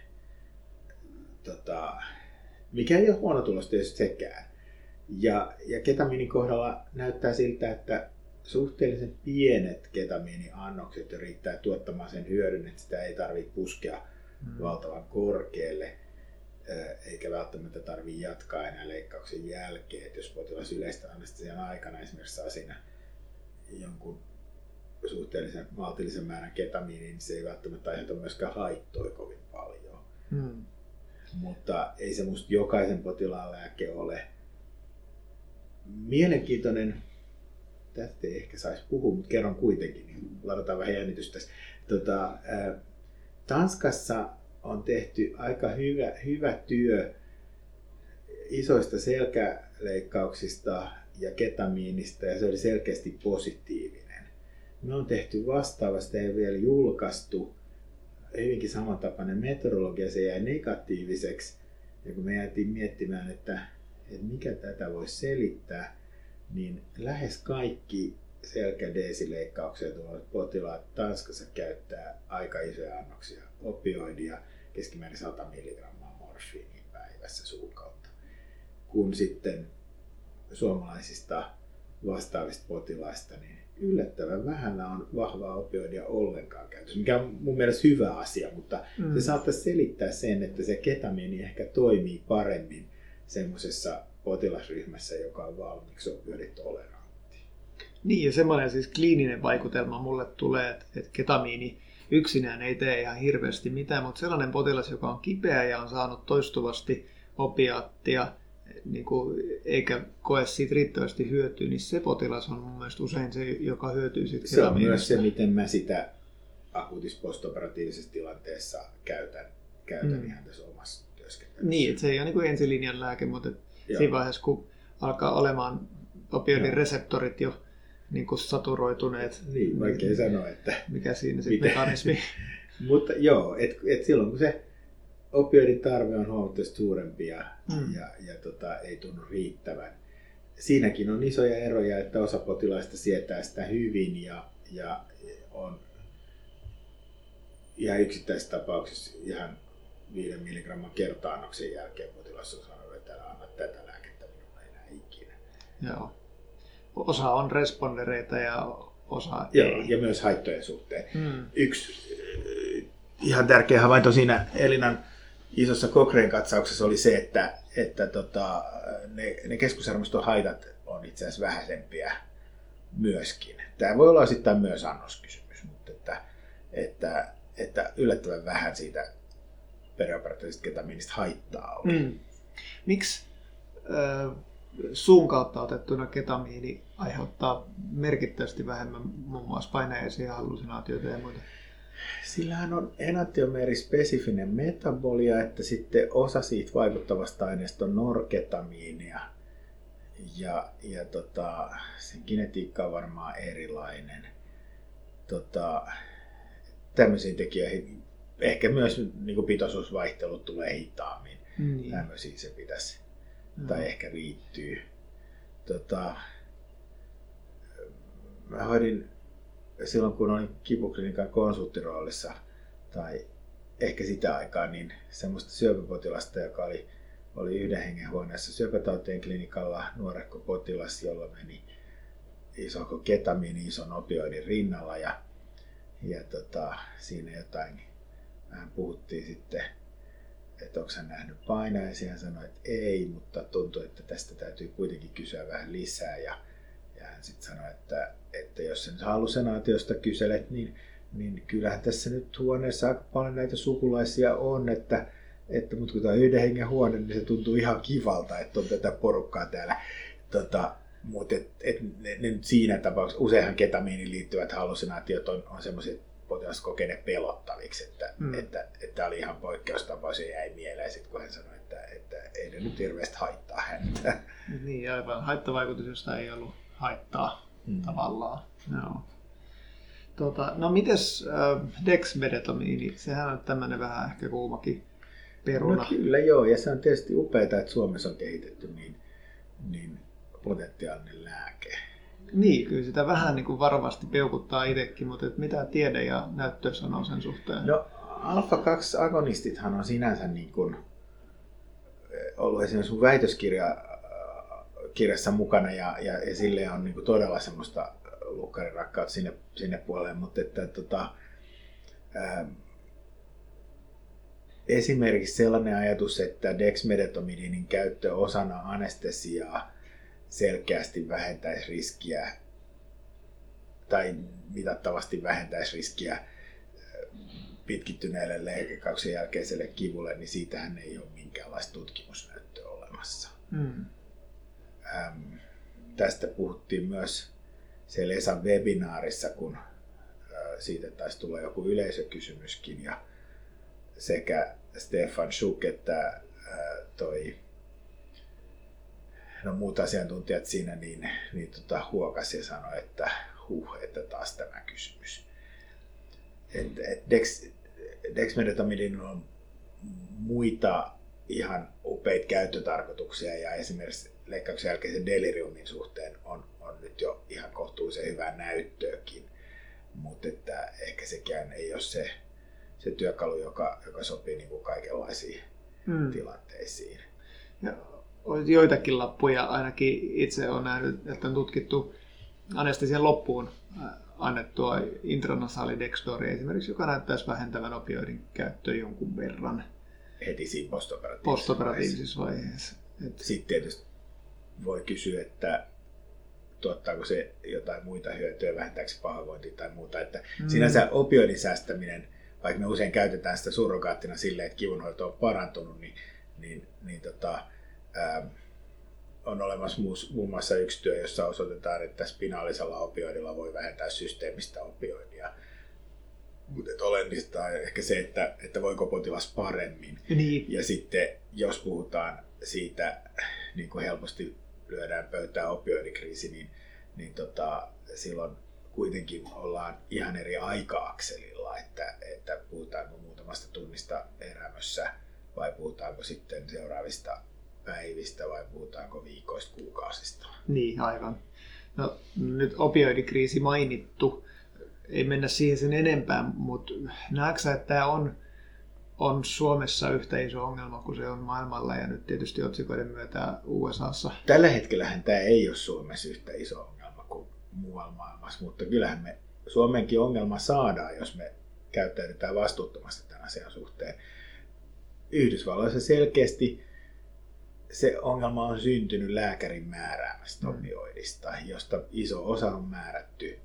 Tota, mikä ei ole huono tulos tietysti sekään. Ja, ja ketamiinin kohdalla näyttää siltä, että suhteellisen pienet ketamiiniannokset riittää tuottamaan sen hyödyn, että sitä ei tarvitse puskea hmm. valtavan korkealle, eikä välttämättä tarvitse jatkaa enää leikkauksen jälkeen. Että jos potilas yleistä anestesian aikana esimerkiksi saa siinä jonkun suhteellisen maltillisen määrän ketamiiniin, niin se ei välttämättä aiheuta myöskään haittoja kovin paljon. Hmm. Mutta ei se musta jokaisen potilaan lääke ole. Mielenkiintoinen, tästä ei ehkä saisi puhua, mutta kerron kuitenkin, niin ladataan vähän jännitystä. Tota, ää, Tanskassa on tehty aika hyvä, hyvä työ isoista selkäleikkauksista ja ketamiinista, ja se oli selkeästi positiivinen. Me on tehty vastaavasti ja vielä julkaistu hyvinkin samantapainen metodologia, se jäi negatiiviseksi. Ja kun me jäätiin miettimään, että, että mikä tätä voisi selittää, niin lähes kaikki selkädeesileikkauksia tulevat potilaat Tanskassa käyttää aika isoja annoksia opioidia, keskimäärin sata milligrammaa morfiinia päivässä suun kautta. Kun sitten suomalaisista vastaavista potilaista, niin yllättävän vähällä on vahvaa opioidia ollenkaan käytössä, mikä on mun mielestä hyvä asia, mutta mm. se saattaisi selittää sen, että se ketamiini ehkä toimii paremmin semmoisessa potilasryhmässä, joka on valmiiksi opioiditolerantti. Niin, ja semmoinen siis kliininen vaikutelma mulle tulee, että, että ketamiini yksinään ei tee ihan hirveästi mitään, mutta sellainen potilas, joka on kipeä ja on saanut toistuvasti opiaattia, niin kuin, eikä koe siitä riittävästi hyötyä, niin se potilas on mun mielestä usein se, joka hyötyy siitä ketamiinista. Se on myös se, miten mä sitä akuutissa postoperatiivisessa tilanteessa käytän, käytän mm. ihan tässä omassa työskentelyssä. Niin, että se ei ole niin kuin ensilinjan lääke, mutta siinä vaiheessa, kun alkaa olemaan opioidin reseptorit jo niin kuin saturoituneet. Niin, vaikea sanoa, että mikä siinä sitten mekanismi. Mutta joo, että et silloin kun se opioidin tarve on huomattavasti suurempi ja, mm. ja, ja tota, ei tunnu riittävän. Siinäkin on isoja eroja, että osa potilaista sietää sitä hyvin ja, ja on ihan yksittäisissä tapauksissa ihan viiden milligramman kerta-annoksen jälkeen potilas on sanonut, että älä anna tätä lääkettä minulle enää ikinä. Joo. Osa on respondereita ja osa Joo, ei. Ja myös haittojen suhteen. Mm. Yksi ihan tärkeä havainto siinä Elinan isossa Cochrane-katsauksessa oli se, että, että tota, ne, ne keskushermoston haitat on itse asiassa vähäisempiä myöskin. Tämä voi olla osittain myös annoskysymys, mutta että, että, että yllättävän vähän siitä perioperatiivisesta ketamiinista haittaa oli. Mm. Miksi äh, suun kautta otettuna ketamiini aiheuttaa merkittävästi vähemmän muun muassa painajaisia, hallusinaatioita ja muita? Sillähän on enantiomerispesifinen metabolia, että sitten osa siitä vaikuttavasta aineesta on norketamiinia. Ja, ja tota, sen kinetiikka on varmaan erilainen. Tota, tämmöisiin tekijöihin ehkä myös niin pitoisuusvaihtelut tulee hitaammin. Mm. Tämmöisiin se pitäisi, mm. tai ehkä riittyy. Tota, mä hoidin silloin kun olin kipuklinikan konsulttiroolissa, tai ehkä sitä aikaa, niin semmoista syöpäpotilasta, joka oli, oli yhden hengen huoneessa syöpätautien klinikalla, nuorekko potilas, jolla meni iso ketamiini ison opioidin rinnalla, ja, ja tota, siinä jotain vähän puhuttiin sitten, että onko hän nähnyt painajaisia, hän sanoi, että ei, mutta tuntui, että tästä täytyy kuitenkin kysyä vähän lisää, ja Ja hän sitten sanoi, että, että jos sä nyt hallusinaatiosta kyselet, niin, niin kyllähän tässä nyt huoneessa aika paljon näitä sukulaisia on, että, että mutta kun tämä on yhden hengen huone, niin se tuntuu ihan kivalta, että on tätä porukkaa täällä. Tota, mutta et, et, ne, ne nyt siinä tapauksessa, useinhan ketamiiniin liittyvät hallusinaatiot on, on semmoisia, että potilas kokee ne pelottaviksi, että mm. että, että, että oli ihan poikkeustapaus ja jäi mieleen sitten, kun hän sanoi, että, että ei ne nyt hirveästi haittaa häntä. Niin, aivan haittavaikutus, josta ei ollut haittaa mm. tavallaan. Joo. Tota, no mites äh, dexmedetomini? Sehän on tämmöinen vähän ehkä kuumakin peruna. No kyllä joo, ja se on tietysti upeaa, että Suomessa on kehitetty niin, niin potentiaalinen lääke. Niin, kyllä sitä vähän niin kuin varovasti peukuttaa itsekin, mutta et mitä tiede ja näyttö sanoo sen suhteen? No alfa kaksi agonistithan on sinänsä niin kuin ollut esimerkiksi sun väitöskirja kirjassa mukana ja, ja, ja sille on niin kuin todella semmoista lukkarirakkautta sinne, sinne puolelle, mutta että, tota, ää, esimerkiksi sellainen ajatus, että dexmedetomidinin käyttö osana anestesiaa selkeästi vähentäisi riskiä tai mitattavasti vähentäisi riskiä pitkittyneelle leikkauksen jälkeiselle kivulle, niin siitähän ei ole minkäänlaista tutkimusnäyttöä olemassa. Mm. Ähm, tästä puhuttiin myös siellä Esan webinaarissa, kun äh, siitä taisi tulla joku yleisökysymyskin, ja sekä Stefan Schuck että äh, toi, no, muut asiantuntijat siinä niin, niin tota, huokasi ja sanoi, että huh, että taas tämä kysymys. Et, et dex, dexmedetomidin on muita ihan upeita käyttötarkoituksia, ja esimerkiksi leikkauksen jälkeisen deliriumin suhteen on, on nyt jo ihan kohtuullisen hyvää näyttöäkin, mutta että ehkä sekään ei ole se, se työkalu, joka, joka sopii niin kuin kaikenlaisiin mm. tilanteisiin. Ja joitakin lappuja ainakin itse olen nähnyt, että on tutkittu anestesian loppuun annettua intranasaalidextoria esimerkiksi, joka näyttäisi vähentävän opioidin käyttöä jonkun verran. Heti siinä postoperatiivisessa, postoperatiivisessa vaiheessa. Sitten tietysti voi kysyä, että tuottaako se jotain muita hyötyjä, vähentääkö se pahoinvointia tai muuta. Että mm. sinänsä opioidin säästäminen, vaikka me usein käytetään sitä surrogaattina silleen, että kivunhoito on parantunut, niin, niin, niin tota, ää, on olemassa muun muassa yksi työ, jossa osoitetaan, että spinaalisella opioidilla voi vähentää systeemistä opioidia. Mutta olennaista on ehkä se, että, että voiko potilas paremmin. Niin. Ja sitten jos puhutaan siitä, niin kuin helposti lyödään pöytään opioidikriisi, niin, niin tota, silloin kuitenkin ollaan ihan eri aika-akselilla, että, että puhutaanko muutamasta tunnista elämässä vai puhutaanko sitten seuraavista päivistä vai puhutaanko viikoista, kuukausista. Niin, aivan. No, nyt opioidikriisi mainittu. Ei mennä siihen sen enempää, mutta näetkö sä, että tämä on, on Suomessa yhtä iso ongelma kuin se on maailmalla ja nyt tietysti otsikoiden myötä U S A:ssa? Tällä hetkellähän tämä ei ole Suomessa yhtä iso ongelma kuin muualla maailmassa, mutta kyllähän me Suomenkin ongelma saadaan, jos me käyttäydytään vastuuttomasti tämän asian suhteen. Yhdysvalloissa selkeästi se ongelma on syntynyt lääkärin määräämästä mm. opioidista, josta iso osa on määrätty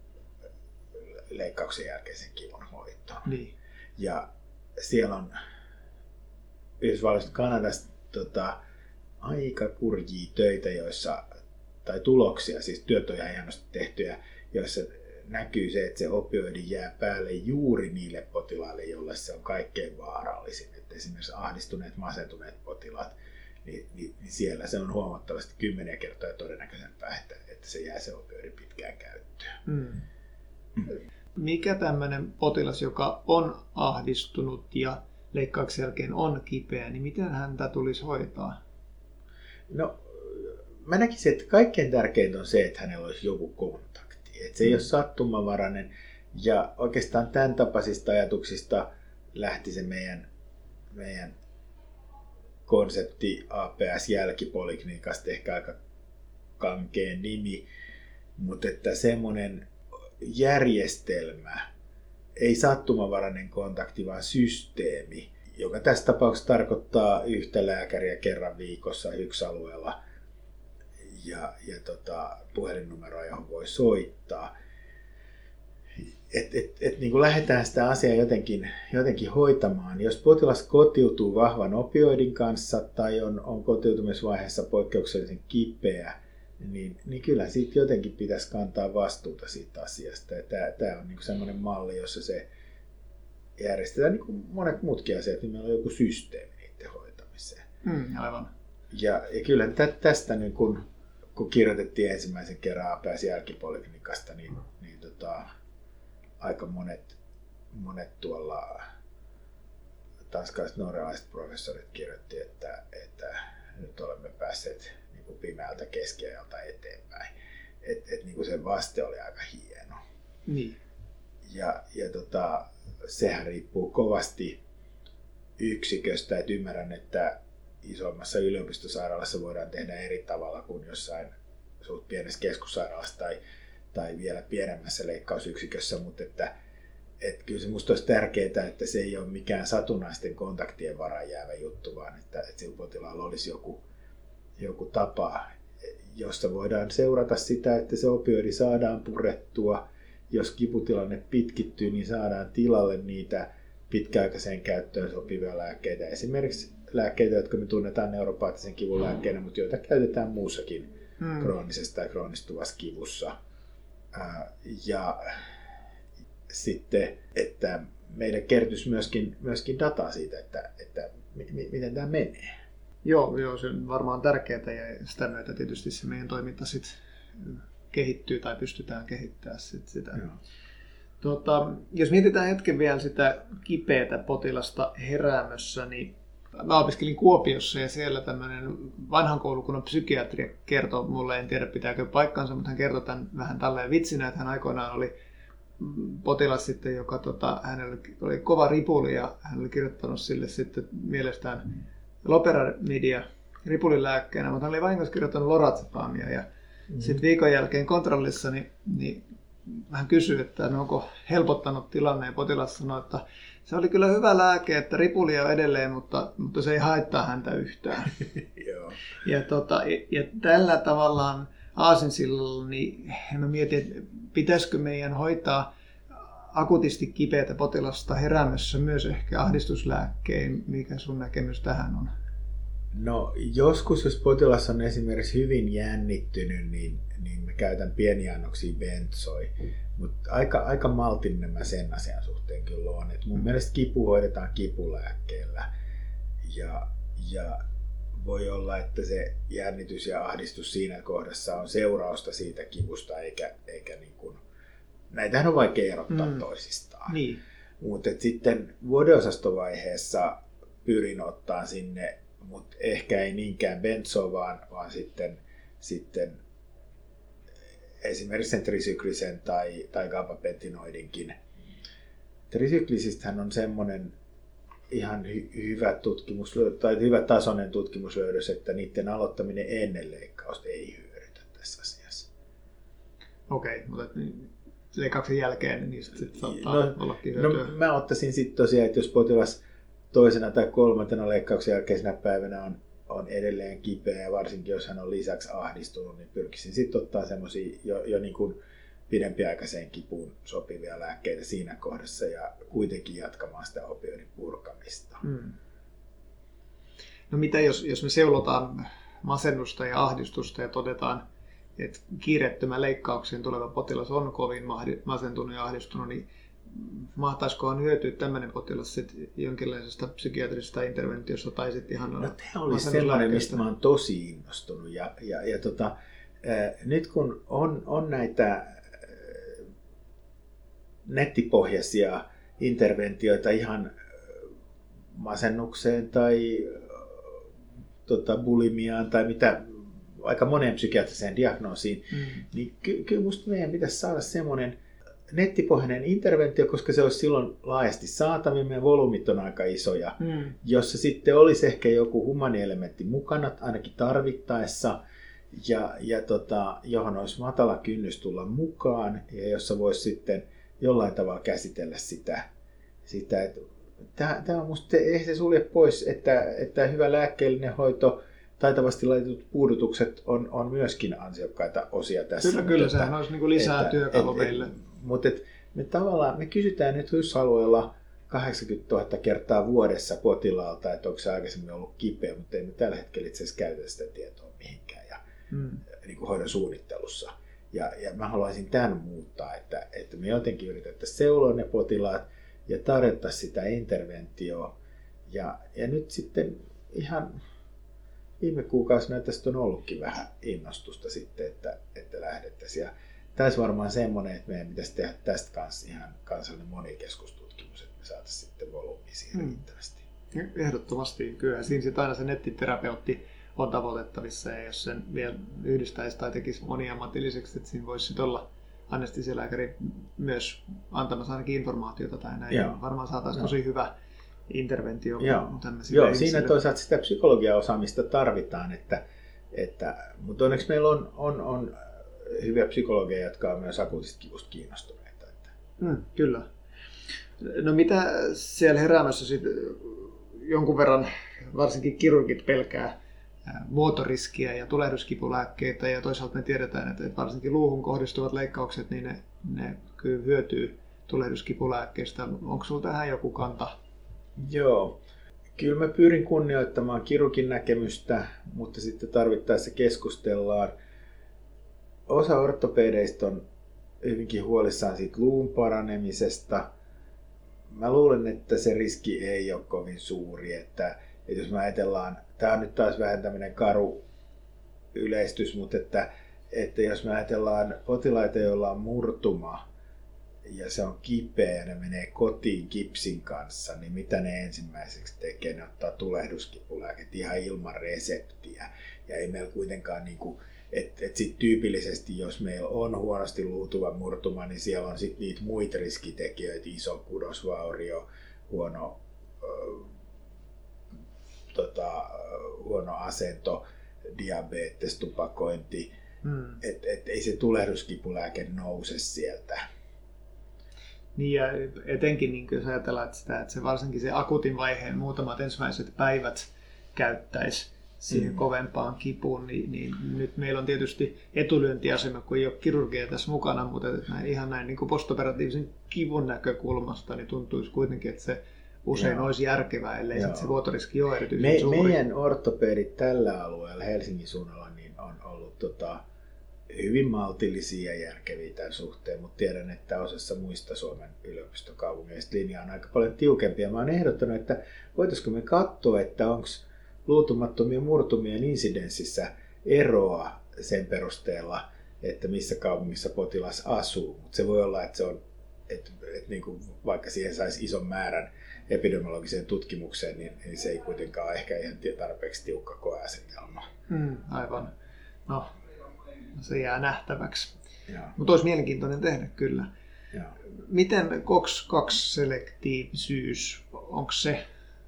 leikkauksen jälkeisen kivun hoitoon. Niin. Ja siellä on Yhdysvalloista Kanadasta tota, aika kurjia töitä, joissa, tai tuloksia, siis työt on ihan hienosti tehtyjä, joissa näkyy se, että se opioidi jää päälle juuri niille potilaille, joille se on kaikkein vaarallisin. Että esimerkiksi ahdistuneet, masentuneet potilaat, niin, niin, niin siellä se on huomattavasti kymmeniä kertoja todennäköisempää, että, että se jää se opioidi pitkään käyttöön. Mm. Mm. Mikä tämmöinen potilas, joka on ahdistunut ja leikkauksen jälkeen on kipeä, niin miten häntä tulisi hoitaa? No, mä näkisin, että kaikkein tärkeintä on se, että hänellä olisi joku kontakti. Että se ei ole sattumanvarainen. Ja oikeastaan tämän tapaisista ajatuksista lähti se meidän, meidän konsepti A P S-jälkipoliklinikasta, ehkä aika kankeen nimi, mutta että semmoinen järjestelmä, ei sattumanvarainen kontakti, vaan systeemi, joka tässä tapauksessa tarkoittaa yhtä lääkäriä kerran viikossa yksi alueella ja, ja tota, puhelinnumeroa, johon voi soittaa. Et, et, et, niin kuin lähdetään sitä asiaa jotenkin, jotenkin hoitamaan. Jos potilas kotiutuu vahvan opioidin kanssa tai on, on kotiutumisvaiheessa poikkeuksellisen kipeä, Niin, niin kyllä siitä jotenkin pitäisi kantaa vastuuta siitä asiasta. Tämä, tämä on niin kuin sellainen malli, jossa se järjestetään niin kuin monet muutkin asiat, niin meillä on joku systeemi niiden hoitamiseen. Mm, aivan. Ja, ja kyllä tästä, niin kun, kun kirjoitettiin ensimmäisen kerran A P S-jälkipoliklinikasta, niin, niin tota, aika monet, monet tuolla tanskalaiset norjalaiset professorit kirjoitti, että, että nyt olemme päässeet pimeältä keskiajalta eteenpäin. Et, et, niin kuin se vaste oli aika hieno. Niin. Ja, ja tota, sehän riippuu kovasti yksiköstä. Et ymmärrän, että isommassa yliopistosairaalassa voidaan tehdä eri tavalla kuin jossain suht pienessä keskussairaalassa tai, tai vielä pienemmässä leikkausyksikössä, mutta että, et kyllä se musta olisi tärkeää, että se ei ole mikään satunnaisten kontaktien varaan jäävä juttu, vaan että, että sillä potilaalla olisi joku joku tapa, josta voidaan seurata sitä, että se opioidi saadaan purettua. Jos kiputilanne pitkittyy, niin saadaan tilalle niitä pitkäaikaiseen käyttöön sopivia lääkkeitä. Esimerkiksi lääkkeitä, jotka me tunnetaan neuropaattisen kivun lääkkeenä, mutta joita käytetään muussakin hmm. kroonisessa tai kroonistuvassa kivussa. Ja sitten, että meille kertyisi myöskin, myöskin dataa siitä, että, että m- miten tämä menee. Joo, joo, se on varmaan tärkeää ja sitä myötä tietysti se meidän toiminta sit kehittyy tai pystytään kehittämään sit sitä. Tuota, jos mietitään hetken vielä sitä kipeätä potilasta heräämössä, niin mä opiskelin Kuopiossa ja siellä tämmöinen vanhan koulukunnan psykiatri kertoi mulle, en tiedä pitääkö paikkansa, mutta hän kertoi tämän vähän tälleen vitsinä, että hän aikoinaan oli potilas sitten, joka tota, hänellä oli kova ripuli ja hän oli kirjoittanut sille sitten mielestään loperamidia ripulilääkkeenä, mutta hän oli vahingossa kirjoittanut lorazepamia ja mm-hmm. sitten viikon jälkeen kontrollissa niin, niin hän kysyi, että no onko helpottanut tilanne ja potilas sanoi, että se oli kyllä hyvä lääke, että ripulia on edelleen, mutta, mutta se ei haittaa häntä yhtään. Joo. Ja, tota, ja tällä tavallaan aasinsillalla, niin mä mietin, että pitäisikö meidän hoitaa akutisti kipeätä potilasta heräämässä myös ehkä ahdistuslääkkein. Mikä sun näkemys tähän on? No joskus, jos potilas on esimerkiksi hyvin jännittynyt, niin, niin mä käytän pieniä annoksia bensoi. Mutta aika, aika maltinen mä sen asian suhteen kyllä on. Et mun mm. mielestä kipu hoidetaan kipulääkkeellä. Ja, ja voi olla, että se jännitys ja ahdistus siinä kohdassa on seurausta siitä kivusta, eikä, eikä niin kuin, näitähän on vaikea erottaa mm. toisistaan. Niin. Mutta sitten vuodeosastovaiheessa pyrin ottaa sinne, mutta ehkä ei niinkään benzoa, vaan, vaan sitten, sitten esimerkiksi sen trisyklisen tai, tai gabapentinoidinkin. Trisyklisistähän on semmoinen ihan hy- hyvä tutkimus, tai hyvä tasoinen tutkimuslöydös, että niiden aloittaminen ennen leikkausta ei hyödytä tässä asiassa. Okei, okay, mutta leikkauksen jälkeen niistä sitten saattaa no, ollakin hyötyä. No, mä ottaisin sitten tosiaan, että jos potilas toisena tai kolmantena leikkauksen jälkeisenä päivänä on, on edelleen kipeä, ja varsinkin jos hän on lisäksi ahdistunut, niin pyrkisin sitten ottaa semmoisia jo, jo niin kuin pidempiaikaiseen kipuun sopivia lääkkeitä siinä kohdassa ja kuitenkin jatkamaan sitä opioidin purkamista. Hmm. No mitä jos, jos me seulotaan masennusta ja ahdistusta ja todetaan, että kiireettömän leikkaukseen tuleva potilas on kovin masentunut ja ahdistunut, niin mahtaisikohan hyötyä tämmöinen potilas sit jonkinlaisesta psykiatrisesta interventiosta tai sitten ihan no, tämä oli sellainen, mistä mä oon tosi innostunut. Ja, ja, ja tota, äh, nyt kun on, on näitä äh, nettipohjaisia interventioita ihan masennukseen tai äh, tota, bulimiaan tai mitä aika moneen psykiatriseen diagnoosiin, mm. niin ky- kyllä musta meidän pitäisi saada semmoinen nettipohjainen interventio, koska se olisi silloin laajasti saatavilla, meidän volyymit on aika isoja, mm. jossa sitten olisi ehkä joku humanielementti mukana, ainakin tarvittaessa, ja, ja tota, johon olisi matala kynnys tulla mukaan, ja jossa voisi sitten jollain tavalla käsitellä sitä, sitä että tämä on musta, ei se sulje pois, että, että hyvä lääkkeellinen hoito, taitavasti laitetut puudutukset on, on myöskin ansiokkaita osia tässä. Kyllä, kyllä, sehän olisi niin lisää työkalu meille. Mutta me tavallaan, me kysytään nyt H Y S-alueella kahdeksankymmentätuhatta kertaa vuodessa potilaalta, että onko se aikaisemmin ollut kipeä, mutta ei me tällä hetkellä itse asiassa käytä sitä tietoa mihinkään ja, hmm. niin kuin hoidon suunnittelussa. Ja, ja mä haluaisin tämän muuttaa, että, että me jotenkin yritettäisiin seuloa ne potilaat ja tarjota sitä interventioa. Ja, ja nyt sitten ihan viime kuukausina tästä on ollutkin vähän innostusta sitten, että, että lähdettäisiin. Tämä olisi varmaan semmoinen, että meidän pitäisi tehdä tästä kanssa ihan kansallinen monikeskustutkimus, että me saataisiin sitten volyymiä siihen hmm. riittävästi. Ehdottomasti. Kyllä siinä sitten aina se nettiterapeutti on tavoitettavissa, ja jos sen vielä yhdistäisi tai tekisi moniammatilliseksi, että siinä voisi sitten olla anestesialääkäri myös antamassa ainakin informaatiota tai näin. Joo. Varmaan saataisiin Joo. tosi hyvä interventio. Joo, Joo siinä toisaalta sitä psykologiaosaamista tarvitaan, että, että, mutta onneksi meillä on, on, on hyviä psykologeja, jotka on myös akuutista kivusta kiinnostuneita. Että. Mm, kyllä. No mitä siellä heräämässä sitten jonkun verran, varsinkin kirurgit pelkää muotoriskiä ja tulehduskipulääkkeitä, ja toisaalta me tiedetään, että varsinkin luuhun kohdistuvat leikkaukset, niin ne, ne kyllä hyötyy tulehduskipulääkkeistä. Onko sinulla tähän joku kanta? Joo. Kyllä mä pyrin kunnioittamaan kirurgin näkemystä, mutta sitten tarvittaessa keskustellaan. Osa ortopedeistä on hyvinkin huolissaan siitä luun paranemisesta. Mä luulen, että se riski ei ole kovin suuri, että, että jos me ajatellaan, tämä on nyt taas vähän tämmöinen karu yleistys, mutta että, että jos me ajatellaan potilaita, joilla on murtuma ja se on kipeä ja ne menee kotiin kipsin kanssa, niin mitä ne ensimmäiseksi tekee? Ne ottaa tulehduskipulääkettä ihan ilman reseptiä. Ja ei meillä kuitenkaan, niin kuin, että et sit tyypillisesti jos meillä on huonosti luutuva murtuma, niin siellä on sitten niitä muita riskitekijöitä, iso kudosvaurio, huono, äh, tota, huono asento, diabetes, tupakointi. Hmm. Että et ei se tulehduskipulääke nouse sieltä. Niin ja etenkin niin jos ajatellaan, että, sitä, että se varsinkin se akuutin vaiheen muutamat ensimmäiset päivät käyttäisi siihen mm. kovempaan kipuun, niin, niin nyt meillä on tietysti etulyöntiasema, kun ei ole kirurgia tässä mukana, mutta näin, ihan näin niin kuin postoperatiivisen kivun näkökulmasta, niin tuntuisi kuitenkin, että se usein Joo. olisi järkevää, ellei sit se vuotoriski ole erityisen Me, suuri. Meidän ortopedit tällä alueella Helsingin suunnalla niin on ollut tota, hyvin maltillisia ja järkeviä tämän suhteen, mutta tiedän, että osassa muista Suomen yliopistokaupungeista linja on aika paljon tiukempia. Mä oon ehdottanut, että voitaisiko me katsoa, että onko luutumattomien murtumien insidenssissä eroa sen perusteella, että missä kaupungissa potilas asuu. Mutta se voi olla, että se on, että, että niin kuin vaikka siihen saisi ison määrän epidemiologiseen tutkimukseen, niin, niin se ei kuitenkaan ole ehkä ihan tarpeeksi tiukka koeasetelma. Mm, aivan. No, se jää nähtäväksi. Mutta olisi mielenkiintoinen tehdä kyllä. Joo. Miten C O X kaksi-selektiivisyys, onko se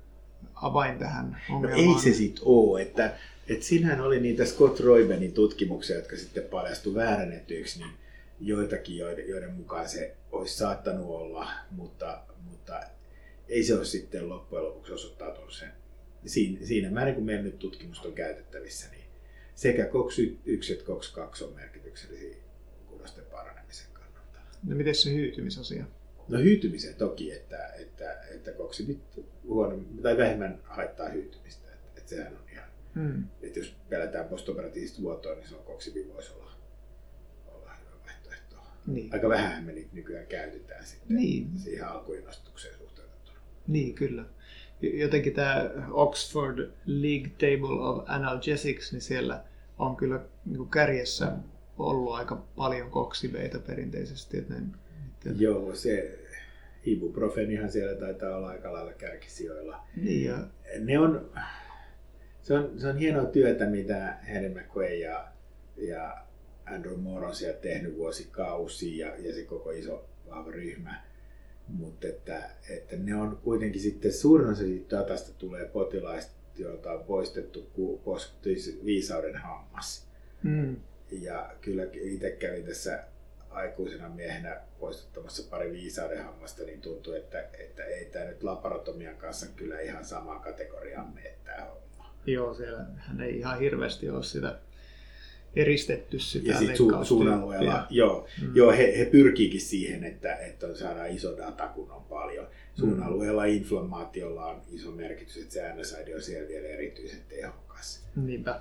avain tähän ongelmaan? No ei se sitten ole. Että, että siinähän oli niitä Scott Roibenin tutkimuksia, jotka sitten paljastui väärännetyiksi, niin joitakin, joiden, joiden mukaan se olisi saattanut olla, mutta, mutta ei se ole sitten loppujen lopuksi osoittautunut sen. Siinä, siinä määrin, kun meillä nyt tutkimusta on käytettävissä, niin sekä C O X yksi että C O X kaksi on merkityksellisiä kudosten paranemisen kannalta. No miten se hyytymisasia? No hyytymisen toki, että, että, että koksidit huono, tai vähemmän haittaa hyytymistä. Että, että sehän on ihan, hmm. että jos pelätään postoperatiivista vuotoa, niin se on koksibi voisi olla, olla hyvä vaihtoehto. Niin. Aika vähän me niitä nykyään käytetään sitten niin. siihen alkuinnostukseen suhteutettuna. Niin, kyllä. Jotenkin tämä Oxford League Table of Analgesics, niin siellä on kyllä niin kärjessä ollut aika paljon koksibeita perinteisesti. Että ne, että... Joo, se ibuprofenihan siellä taitaa olla aika lailla kärkisijoilla. Niin ja... ne on, se, on, se on hienoa työtä, mitä Henry McQuay ja, ja Andrew Moore on siellä tehnyt vuosikausia ja, ja se koko iso vahva ryhmä. Mutta että, että ne on kuitenkin sitten suurin osa siitä datasta tulee potilaista, joilta on poistettu viisauden hammas. Mm. Ja kyllä itse kävin tässä aikuisena miehenä poistuttamassa pari viisauden hammasta, niin tuntuu, että, että ei tämä nyt laparotomian kanssa kyllä ihan samaan kategoriaan mene tämä homma. Joo, siellä hän ei ihan hirveästi ole sitä eristetty sitä ja sitten su- suun alueella, joo, mm. joo he, he pyrkiikin siihen, että, että saadaan iso data, kun on paljon. Suun alueella mm. inflammaatiolla on iso merkitys, että se N S A I D on siellä vielä erityisen tehokas. Niinpä.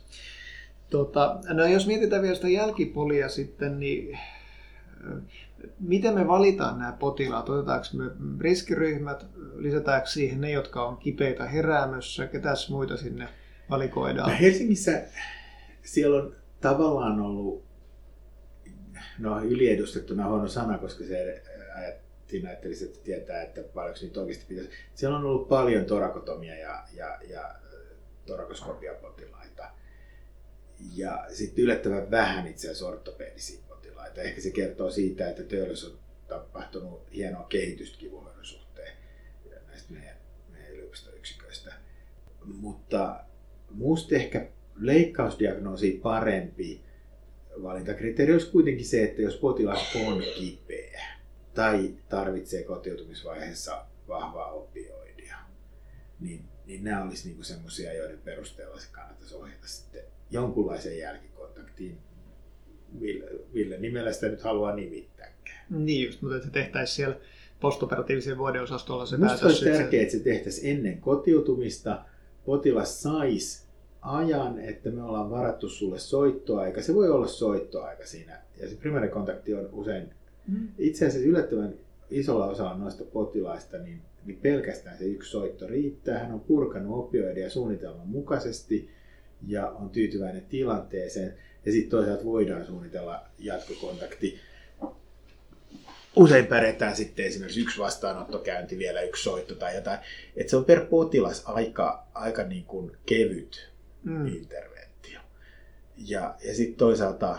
Tota, no jos mietitään vielä sitä jälkipolia sitten, niin miten me valitaan nämä potilaat? Otetaanko me riskiryhmät, lisätäänkö siihen ne, jotka on kipeitä heräämössä, ketäs muita sinne valikoidaan? No Helsingissä siellä on tavallaan ollut, no yliedustettuna huono sana, koska se ajattelin, ajattelisi, että tietää, että paljonko niitä oikeasti pitäisi. Siellä on ollut paljon torakotomia ja, ja, ja torakoskopiapotilaita. Ja sitten yllättävän vähän itse asiassa ortopedisia potilaita. Ehkä se kertoo siitä, että Töölössä on tapahtunut hienoa kehitystä kivunhoidon suhteen näistä meidän, meidän yliopistoyksiköistä. Mutta musta ehkä leikkausdiagnoosi parempi valintakriteeri olisi kuitenkin se, että jos potilas on kipeä tai tarvitsee kotiutumisvaiheessa vahvaa opioidia, niin, niin nämä olisi niinku semmoisia, joiden perusteella se kannattaisi ohjata sitten jonkunlaiseen jälkikontaktiin. Ville, Ville nimellä sitä nyt haluaa nimittääkään. Niin just, mutta että se tehtäisiin siellä postoperatiivisen vuodeosastolla se päätös. Minusta olisi tärkeää, että se tehtäisiin ennen kotiutumista. Potilas saisi ajan, että me ollaan varattu sulle soittoaika. Se voi olla soittoaika siinä. Ja se primärikontakti on usein, mm. itse asiassa yllättävän isolla osalla noista potilaista, niin, niin pelkästään se yksi soitto riittää. Hän on purkanut opioidia suunnitelman mukaisesti ja on tyytyväinen tilanteeseen. Ja sitten toisaalta voidaan suunnitella jatkokontakti. Usein pärjätään sitten esimerkiksi yksi vastaanottokäynti, vielä yksi soitto tai jotain. Että se on per potilas aika, aika niin kuin kevyt mm. interventio. Ja, ja sitten toisaalta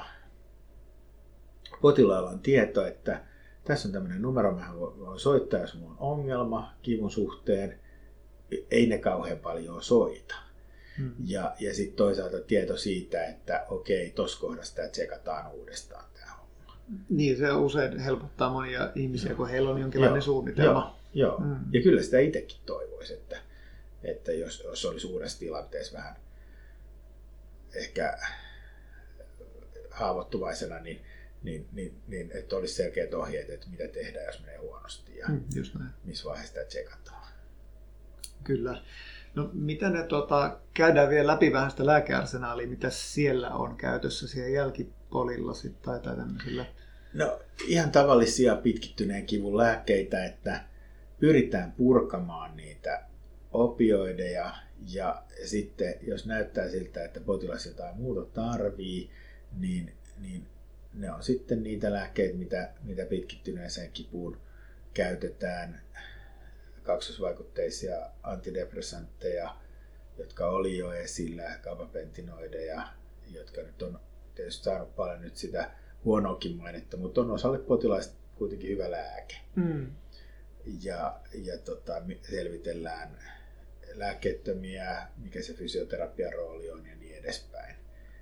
potilaalla on tieto, että tässä on tämmöinen numero, mä voin soittaa, jos mulla on ongelma kivun suhteen. Ei ne kauhean paljon soita. Mm. Ja, ja sitten toisaalta tieto siitä, että okei, tuossa kohdassa tämä tsekataan uudestaan tämä homma. Niin, se usein helpottaa monia ihmisiä, no. kun heillä on jonkinlainen joo, suunnitelma. Joo, joo. Mm. Ja kyllä sitä itsekin toivoisi, että, että jos, jos olisi uudessa tilanteessa vähän ehkä haavoittuvaisena, niin, niin, niin, niin että olisi selkeät ohjeet, että mitä tehdään, jos menee huonosti ja mm, missä vaiheessa sitä tsekataan. Kyllä. No mitä ne tuota, käydään vielä läpi vähän sitä lääkearsenaalia, mitä siellä on käytössä siellä jälkipolilla sit, tai, tai tämmöisillä? No ihan tavallisia pitkittyneen kivun lääkkeitä, että pyritään purkamaan niitä opioideja ja sitten jos näyttää siltä, että potilas jotain muuta tarvii, niin, niin ne on sitten niitä lääkkeitä, mitä, mitä pitkittyneeseen kipuun käytetään. Kaksosvaikutteisia antidepressantteja, jotka oli jo esillä, gabapentinoideja, jotka nyt on tietysti saanut paljon nyt sitä huonoakin mainetta, mutta on osalle potilaista kuitenkin hyvä lääke. Mm. Ja, ja tota, selvitellään lääkkeettömiä, mikä se fysioterapian rooli on ja niin edespäin.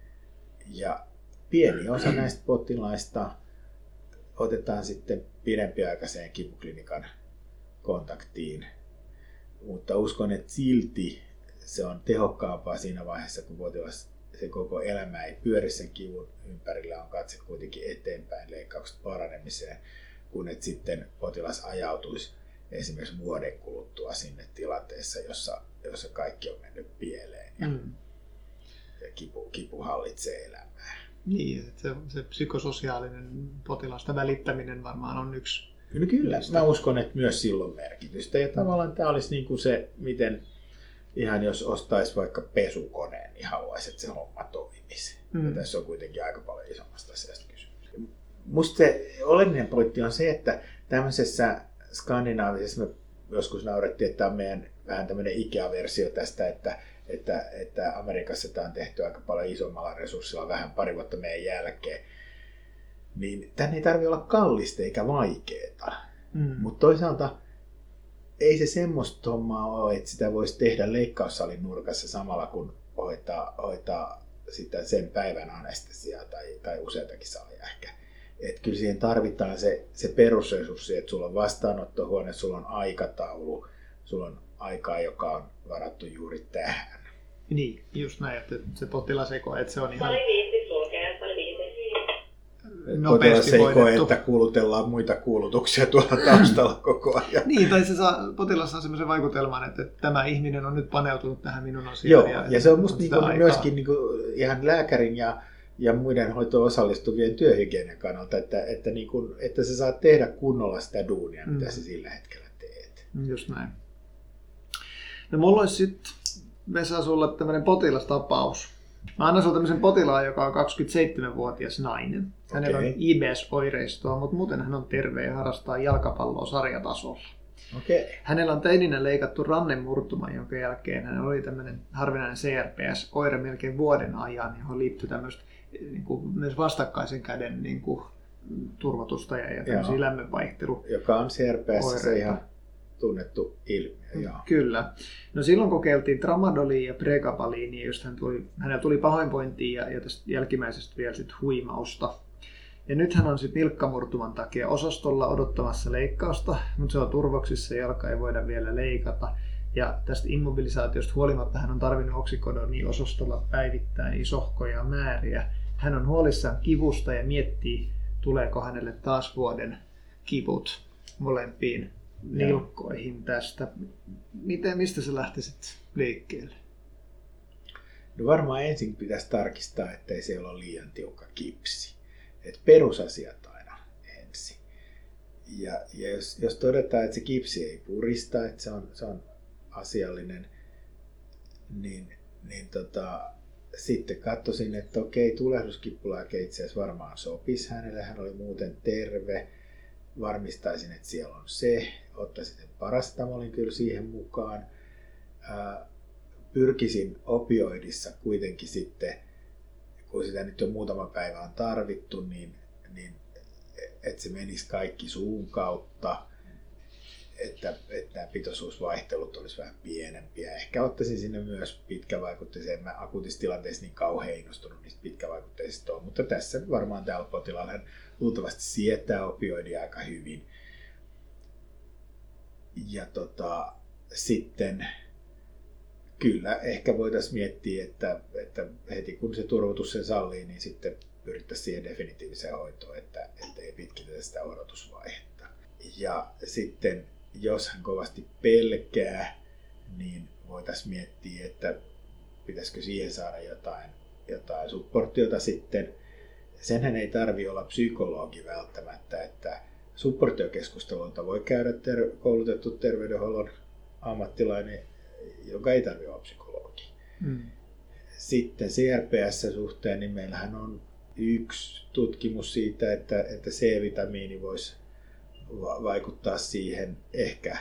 Ja pieni osa näistä potilaista otetaan sitten pidempiaikaiseen kipuklinikan kontaktiin, mutta uskon, että silti se on tehokkaampaa siinä vaiheessa, kun potilas se koko elämä ei pyöri sen kivun ympärillä, on katse kuitenkin eteenpäin leikkaukset paranemiseen, kun että sitten potilas ajautuisi esimerkiksi vuoden kuluttua sinne tilanteessa, jossa, jossa kaikki on mennyt pieleen ja, mm. ja kipu, kipu hallitsee elämää. Niin, se, se psykososiaalinen potilasta välittäminen varmaan on yksi. Kyllä, kyllä. Mä uskon, että myös silloin merkitystä. Ja tavallaan tämä olisi niin kuin se, miten ihan jos ostaisi vaikka pesukoneen, niin haluaisi, että se homma toimisi. Mm. Ja tässä on kuitenkin aika paljon isommasta asiasta kysymys. Musta se olennainen pointti on se, että tämmöisessä skandinaavisessa me joskus naurettiin, että tämä on meidän vähän tämmöinen Ikea-versio tästä, että, että, että Amerikassa tämä on tehty aika paljon isommalla resurssilla vähän pari vuotta meidän jälkeen. Niin tänne ei tarvitse olla kallista eikä vaikeeta. Mm. Mutta toisaalta ei se semmoista hommaa ole, että sitä voisi tehdä leikkaussalin nurkassa samalla kun hoitaa, hoitaa sitä sen päivän anestesiaa tai, tai useitakin salia ehkä. Et kyllä siihen tarvitaan se, se perusresurssi, että sulla on vastaanottohuone, sulla on aikataulu, sulla on aikaa, joka on varattu juuri tähän. Niin, just näin, että se potilas ei koe, että se on ihan... Pari viisi sulkee, pari viisi. Potilas ei koe, että kuulutellaan muita kuulutuksia tuolla taustalla koko ajan. Niin, tai se saa, potilas saa sellaisen vaikutelman, että tämä ihminen on nyt paneutunut tähän minun asiaan. Joo, ja, ja se on musta niinku myöskin niinku ihan lääkärin ja, ja muiden hoitoon osallistuvien työhygienian kannalta, että, että, niinku, että sä saat tehdä kunnolla sitä duunia, mm. mitä sä sillä hetkellä teet. Just näin. No mulla olisi sitten, Vesa, sulle tämmöinen potilastapaus. Mä annan sulle tämmöisen potilaan, joka on kaksikymmentäseitsemänvuotias nainen. Hänellä okay. on I B S-oireistoa, mutta muuten hän on terve ja harrastaa jalkapalloa sarjatasolla. Okay. Hänellä on teininä leikattu rannemurtuma, jonka jälkeen hänellä oli tämmöinen harvinainen C R P S-oire melkein vuoden ajan, johon liittyy tämmöistä niin kuin, myös vastakkaisen käden niin kuin, turvotusta ja, ja tämmöisiä lämmönvaihtelu. Joka on C R P S ihan tunnettu ilmiö. Joo. Kyllä. No silloin kokeiltiin tramadolia ja pregabaliinia, josta hän tuli, hänellä tuli pahoinvointia ja, ja tästä jälkimmäisestä vielä sit huimausta. Ja nyt hän on sitten nilkkamurtuman takia osastolla odottamassa leikkausta, mutta se on turvoksissa ja jalka ei voida vielä leikata. Ja tästä immobilisaatiosta huolimatta hän on tarvinnut oksikodonia osastolla päivittäin isohkoja määriä. Hän on huolissaan kivusta ja miettii, tuleeko hänelle taas vuoden kivut molempiin nilkkoihin tästä. Miten, mistä sä lähtisit liikkeelle? No varmaan ensin pitäisi tarkistaa, ettei siellä ole liian tiukka kipsi. Et perusasiat aina ensin. Ja, ja jos, jos todetaan, että se kipsi ei purista, että se on, se on asiallinen, niin, niin tota, sitten katsoisin, että okei, tulehduskippulääke itse asiassa varmaan sopisi hänelle. Hän oli muuten terve. Varmistaisin, että siellä on se. Ottaisin sen paracetamolin kyllä siihen mukaan. Ää, pyrkisin opioidissa kuitenkin sitten, kun sitä nyt jo muutama päivä on tarvittu, niin, niin että se menisi kaikki suun kautta, että, että nämä pitoisuusvaihtelut olisi vähän pienempiä. Ehkä ottaisin sinne myös pitkävaikutteisia. En mä akuutissa tilanteessa niin kauhean innostunut niistä pitkävaikutteisista ole, mutta tässä varmaan täällä potilaalla luultavasti sietää opioidia aika hyvin. Ja tota, sitten kyllä ehkä voitaisiin miettiä, että, että heti kun se turvotus sen sallii, niin sitten pyrittäisiin siihen definitiiviseen hoitoon, että, että ei pitkitetä sitä odotusvaihetta. Ja sitten jos hän kovasti pelkää, niin voitaisiin miettiä, että pitäisikö siihen saada jotain, jotain supportiota sitten. Senhän ei tarvitse olla psykologi välttämättä, että supportiokeskusteluita voi käydä ter- koulutettu terveydenhuollon ammattilainen, joka ei tarvitse olla psykologi. Mm. Sitten C R P S-suhteen niin meillähän on yksi tutkimus siitä, että, että C-vitamiini voisi vaikuttaa siihen. Ehkä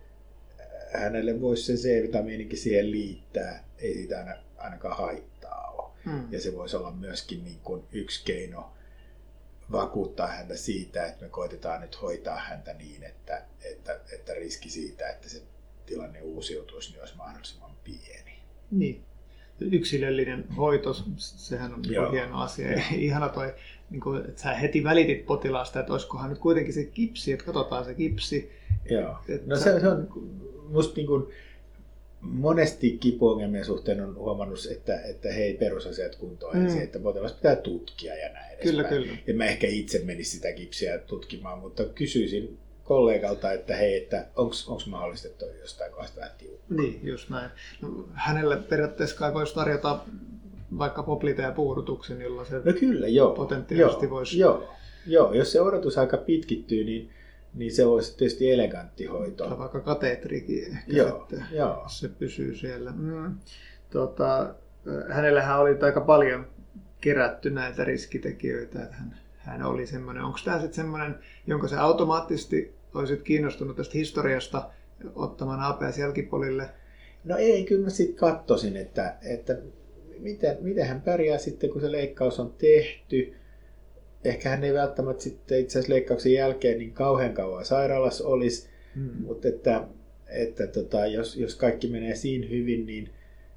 hänelle voisi se C-vitamiinikin siihen liittää, ei siitä ainakaan haittaa ole. Mm. Ja se voisi olla myöskin niin kuin yksi keino vakuuttaa häntä siitä, että me koitetaan nyt hoitaa häntä niin, että, että, että riski siitä, että se tilanne uusiutuisi, niin olisi mahdollisimman pieni. Niin. Yksilöllinen hoito, sehän on Joo. hieno asia. Ja ihana toi, niin kuin, että sä heti välitit potilaasta, että olisikohan nyt kuitenkin se kipsi, että katsotaan se kipsi. Joo. No se, se on musta niin kuin monesti kipuongelmien suhteen on huomannut, että, että hei, perusasiat kuntoon mm. ensin, että potilas pitää tutkia ja näin edespäin. Kyllä, kyllä. En mä ehkä itse menisi sitä kipsiä tutkimaan, mutta kysyisin kollegalta, että hei, että onko mahdollista, että on jostain kohdasta vähän tiukkaa. Niin, just näin. No, hänelle periaatteessa kai voisi tarjota vaikka poplite ja puudutuksen, jolla se no kyllä, joo. potentiaalisesti joo, voisi... Joo. joo, jos se odotusaika pitkittyy, niin, niin se olisi tietysti elegantti hoito. Tai vaikka kateetrikin ehkä, joo, sitten, joo. jos se pysyy siellä. Mm. Tota, hänellähän oli aika paljon kerätty näitä riskitekijöitä, että hän Hän oli semmoinen. Onko tämä sitten semmoinen, jonka se automaattisesti olisit kiinnostunut tästä historiasta ottamaan A P S-jälkipolille? No ei, kyllä mä sitten katsoisin, että, että miten, miten hän pärjää sitten, kun se leikkaus on tehty. Ehkä hän ei välttämättä sitten itse asiassa leikkauksen jälkeen niin kauhean kauan sairaalassa olisi, hmm. mutta että, että tota, jos, jos kaikki menee siinä hyvin, niin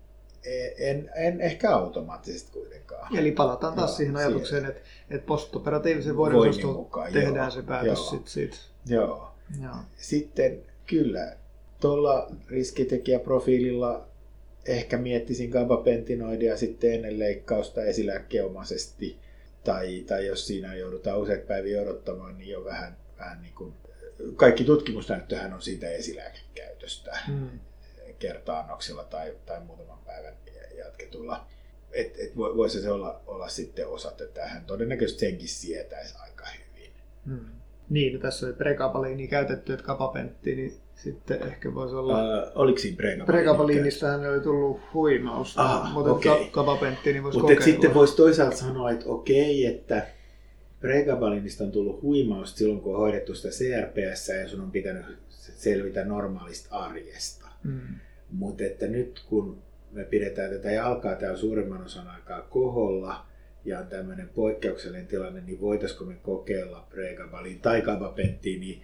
En, en ehkä automaattisesti kuitenkaan. Eli palataan taas joo, siihen ajatukseen, siihen. että, että postoperatiivisen voidon osastolla tehdään joo, se päätös joo, sit siitä. Joo. joo. Sitten kyllä, tuolla riskitekijäprofiililla ehkä miettisin gabapentinoidia sitten ennen leikkausta esilääkkeenomaisesti. Tai, tai jos siinä joudutaan useat päiviä odottamaan, niin jo vähän, vähän niin kuin, kaikki tutkimusnäyttöhän on siitä esilääkekäytöstä. Hmm. kerta-annoksilla tai, tai muutaman päivän jatketulla. Et, et voisi se olla, olla sitten osat, että hän todennäköisesti senkin sietäisi aika hyvin. Hmm. Niin, no tässä oli pregabaliini käytetty, että gabapentti, niin sitten ehkä voisi olla... Uh, oliko siinä pregabaliini? Pregabaliinista hän oli tullut huimausta, ah, mutta okay. gabapentti niin voisi Mut kokeilla. Sitten voisi toisaalta sanoa, että okei, että pregabaliinista on tullut huimausta silloin, kun on hoidettu sitä C R P S ja sun on pitänyt selvitä normaalista arjesta. Mm. Mutta että nyt kun me pidetään tätä jalkaa täällä suurimman osan aikaa koholla ja on tämmöinen poikkeuksellinen tilanne, niin voitaisiko me kokeilla pregabaliin tai gabapenttiin niin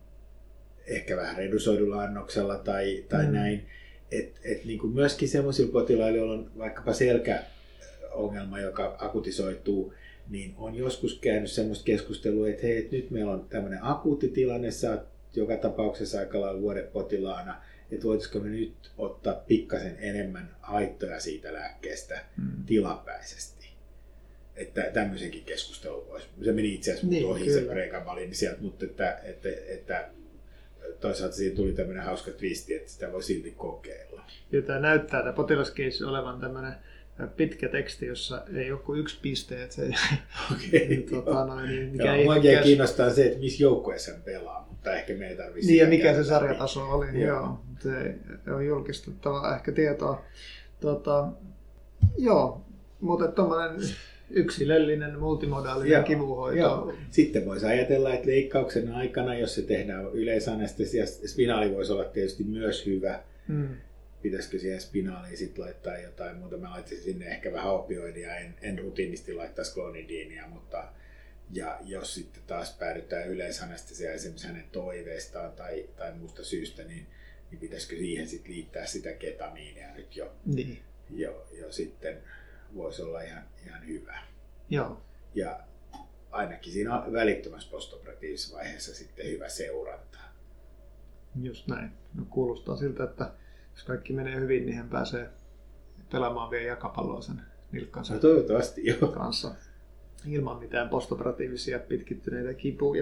ehkä vähän redusoidulla annoksella tai, tai mm. näin. Et, et niin kuin myöskin semmoisilla potilailla, joilla on vaikkapa selkäongelma, joka akutisoituu, niin on joskus käynyt semmoista keskustelua, että hei, et nyt meillä on tämmöinen akuutti tilanne, sä oot joka tapauksessa aika lailla vuodepotilaana, että voitaisiko me nyt ottaa pikkasen enemmän haittoja siitä lääkkeestä mm. tilapäisesti. Että tämmöisenkin keskustelun voisi. Se meni itse asiassa niin, ohi se pregabaliini sieltä, mutta että, että, että toisaalta siinä tuli tämmöinen hauska twisti, että sitä voi silti kokeilla. Ja tämä näyttää tämä potilaskeissi olevan tämmöinen pitkä teksti, jossa ei ole kuin yksi piste. Että se, okay, tota, no, niin mikä joo, ei, mikä mikä kiinnostaa se, että missä joukkueessa hän pelaa, mutta ehkä me ei tarvitse... Niin ja mikä se sarjataso oli. Joo. Joo, se on julkistettava ehkä tietoa. Tota, joo, mutta tuommoinen yksilöllinen multimodaalinen joo, kivuhoito. Joo. Sitten voisi ajatella, että leikkauksen aikana, jos se tehdään yleisanestesia, spinaali voisi olla tietysti myös hyvä. Hmm. Pitäisikö siihen spinaaliin sitten laittaa jotain muuta? Mä laittaisin sinne ehkä vähän opioidia, en, en rutiinisti laittaisi klonidiinia, mutta ja jos sitten taas päädytään yleisanestesiaan esimerkiksi hänen toiveestaan tai, tai muusta syystä, niin, niin pitäisikö siihen sitten liittää sitä ketamiinia nyt jo, niin. jo, jo sitten voisi olla ihan, ihan hyvä. Joo. Ja ainakin siinä välittömässä postoperatiivisessa vaiheessa sitten hyvä seuranta. Just näin. No, kuulostaa siltä, että jos kaikki menee hyvin, niin hän pääsee pelaamaan vielä jalkapalloa sen nilkkansa No toivottavasti joo. kanssa ilman mitään postoperatiivisia pitkittyneitä kipuja.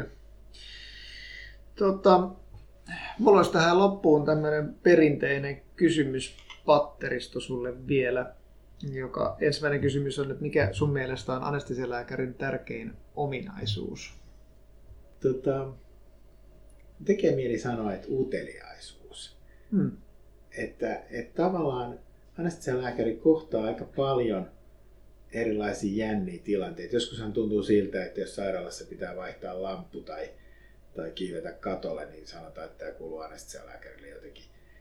Tota, mulla olisi tähän loppuun tämmöinen perinteinen kysymyspatteristo sulle vielä, joka ensimmäinen kysymys on, että mikä sun mielestä on anestesialääkärin tärkein ominaisuus? Tota, tekee mieli sanoa, että uteliaisuus. Hmm. Että, että tavallaan anestesialääkäri kohtaa aika paljon erilaisia jänniä tilanteita. Joskushan tuntuu siltä, että jos sairaalassa pitää vaihtaa lamppu tai, tai kiivetä katolle, niin sanotaan, että tämä kuuluu anestesialääkärille jotenkin.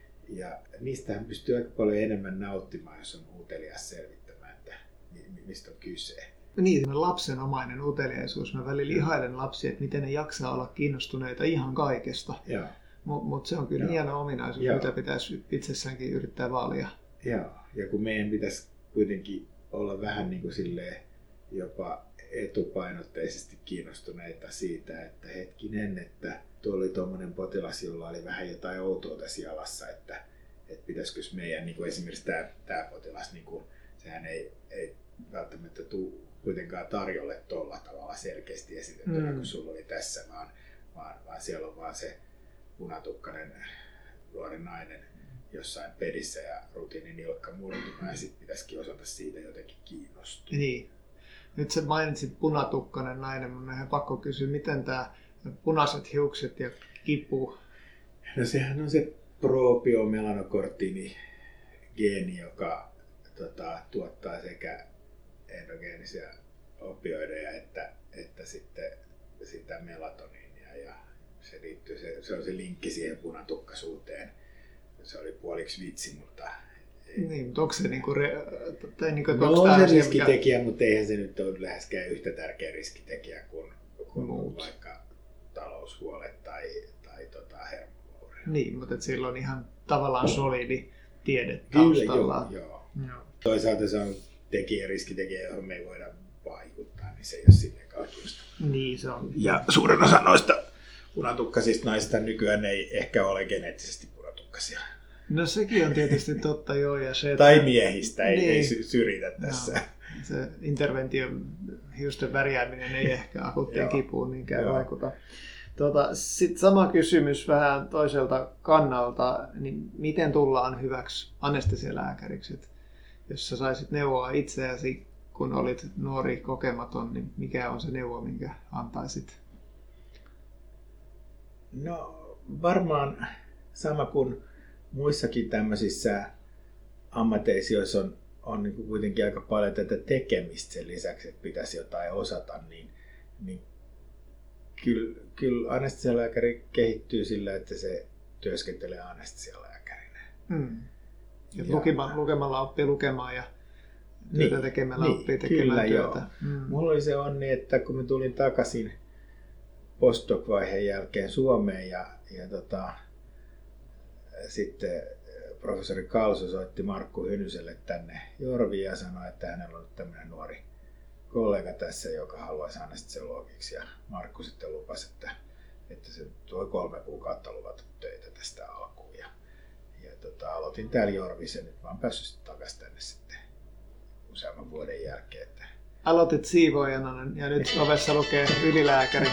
Ja niistähän pystyy aika paljon enemmän nauttimaan, jos on utelias selvittämään, että mistä on kyse. Niin, lapsenomainen uteliaisuus. Mä välillä ihailen lapsia, että miten ne jaksaa olla kiinnostuneita ihan kaikesta. Mutta mut se on kyllä Joo. hieno ominaisuus, Joo. mitä pitäisi itsessäänkin yrittää vaalia. Joo, ja kun meidän pitäisi kuitenkin olla vähän niin kuin silleen jopa etupainotteisesti kiinnostuneita siitä, että hetkinen, että tuolla oli tuommoinen potilas, jolla oli vähän jotain outoa tässä jalassa, että, että pitäisikö meidän, niin kuin esimerkiksi tämä, tämä potilas, niin kuin, sehän ei, ei välttämättä tule kuitenkaan tarjolle tuolla tavalla selkeästi esitettynä, mm. kun sulla oli tässä, vaan, vaan, vaan siellä on vaan se punatukkainen nuori nainen jossain pedissä ja rutiinin nilkka murtumaan ja sitten pitäisikin osata siitä jotenkin kiinnostua. Niin. Nyt sä mainitsit punatukkainen nainen, mun on ihan pakko kysyä, miten tämä punaiset hiukset ja kipu? No sehän on se propiomelanokorttiini geeni, joka tota, tuottaa sekä endogeenisia opioideja että, että sitten sitä melatoniinia ja se, liittyy, se, se on se linkki siihen punatukkaisuuteen. Se oli puoliksi vitsi, mutta... Ei. Niin, mutta onko se niinku... Re... Tai niinku, no on se riskitekijä, mikä... mutta eihän se nyt ole läheskään yhtä tärkeä riskitekijä kuin, kuin vaikka taloushuolet tai, tai tota hermovuori. Niin, mutta sillä on ihan tavallaan solidi tiede taustalla. Kyllä, joo, joo. joo. Toisaalta se on tekijä, riskitekijä, johon me ei voida vaikuttaa, niin se ei ole silleen kaikista. Niin se on. Ja suurin osa noista punatukkaisista naisista nykyään ei ehkä ole geneettisesti punatukkaisia. No sekin on tietysti totta, joo. Ja se, että... Tai miehistä, ei, niin. ei syrjitä tässä. No, se interventio, hiusten värjääminen ei ehkä akuuttiin kipuun niinkään vaikuta. Tuota, Sitten sama kysymys vähän toiselta kannalta, niin miten tullaan hyväksi anestesialääkäriksi? Jos sä saisit neuvoa itseäsi, kun olit nuori kokematon, niin mikä on se neuvo, minkä antaisit? No varmaan sama kuin muissakin tämmöisissä ammateissa, joissa on, on niin kuin kuitenkin aika paljon tätä tekemistä sen lisäksi, että pitäisi jotain osata, niin, niin kyllä, kyllä anestesialääkäri kehittyy sillä, että se työskentelee anestesialääkärinä. Hmm. Ja lukemalla, lukemalla oppii lukemaan ja työtä niin, tekemällä niin, oppii tekemään kyllä, työtä. Hmm. Mulla oli se onni, että kun mä tulin takaisin postdoc-vaiheen jälkeen Suomeen ja, ja tota, sitten professori Kalsu soitti Markku Hynyselle tänne Jorviin ja sanoi, että hänellä on nyt tämmöinen nuori kollega tässä, joka haluaisi anestesiologiksi. Ja Markku sitten lupasi, että, että se tuo kolme kuukautta luvata töitä tästä alkuun. Ja, ja tota, aloitin täällä Jorvissa ja nyt mä oon päässyt takaisin tänne sitten useamman vuoden jälkeen. Että... Aloitit siivoojana ja nyt ovessa lukee ylilääkäri.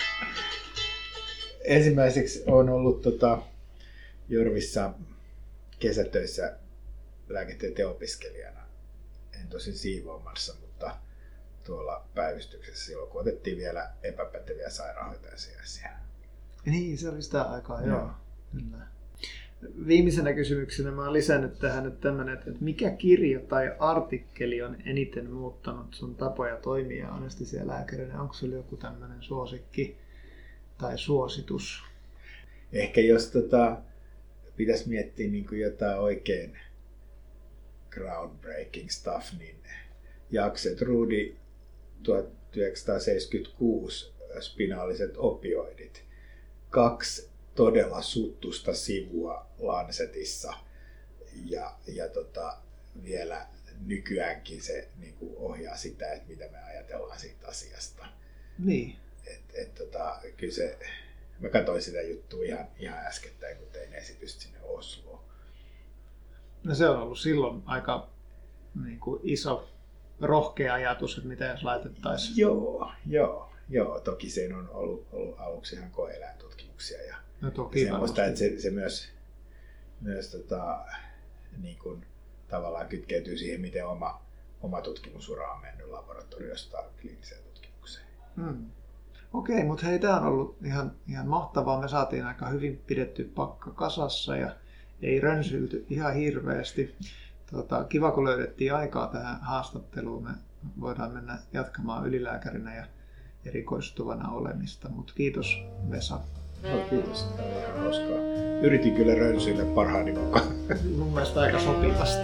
Ensimmäiseksi on ollut tota, Jorvissa kesätöissä lääketieteen opiskelijana. En tosin siivoamassa, mutta tuolla päivystyksessä silloin, kun otettiin vielä epäpäteviä sairaanhoitajia siellä. Niin, se oli sitä aikaa, joo. joo. Kyllä. Viimeisenä kysymyksenä mä oon lisännyt tähän nyt tämmönen, että mikä kirja tai artikkeli on eniten muuttanut sun tapoja toimia anestesialääkärinä? Onko sulla joku tämmöinen suosikki tai suositus? Ehkä jos tota, pitäisi miettiä niin kuin jotain oikein groundbreaking stuff, niin Jakset Rudi tuhatyhdeksänsataaseitsemänkymmentäkuusi spinaaliset opioidit. Kaksi todella suttusta sivua Lancetissa ja, ja tota, vielä nykyäänkin se niin kuin ohjaa sitä, että mitä me ajatellaan siitä asiasta. Niin. Et, et, tota, kyllä se, mä katsoin sitä juttua ihan, ihan äskettäin, kun tein esitystä sinne Osloon. No se on ollut silloin aika niin kuin iso, rohkea ajatus, että mitä jos laitettaisiin. Joo, joo, joo. Toki siinä on ollut, ollut aluksi ihan koe-eläintutkimuksia ja no toki semmoista, että se, se myös, myös tota, niin kuin, tavallaan kytkeytyy siihen, miten oma, oma tutkimusura on mennyt laboratoriosta kliiniseen tutkimukseen. Hmm. Okei, mutta hei, tämä on ollut ihan, ihan mahtavaa. Me saatiin aika hyvin pidetty pakka kasassa ja ei rönsyilty ihan hirveästi. Tota, kiva, kun löydettiin aikaa tähän haastatteluun. Me voidaan mennä jatkamaan ylilääkärinä ja erikoistuvana olemista. Mutta kiitos, Vesa. No, kiitos. Tämä oli ihan hauskaa. Yritin kyllä rönsyillä parhaani mukaan. Mun mielestä aika sopivasti.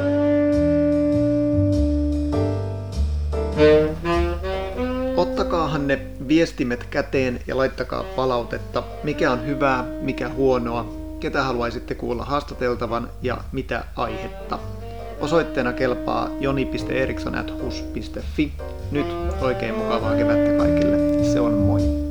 Ottakaahan ne viestimet käteen ja laittakaa palautetta, mikä on hyvää, mikä huonoa, ketä haluaisitte kuulla haastateltavan ja mitä aihetta. Osoitteena kelpaa joni piste eriksson ät hus piste fi. Nyt oikein mukavaa kevättä kaikille. Se on moi!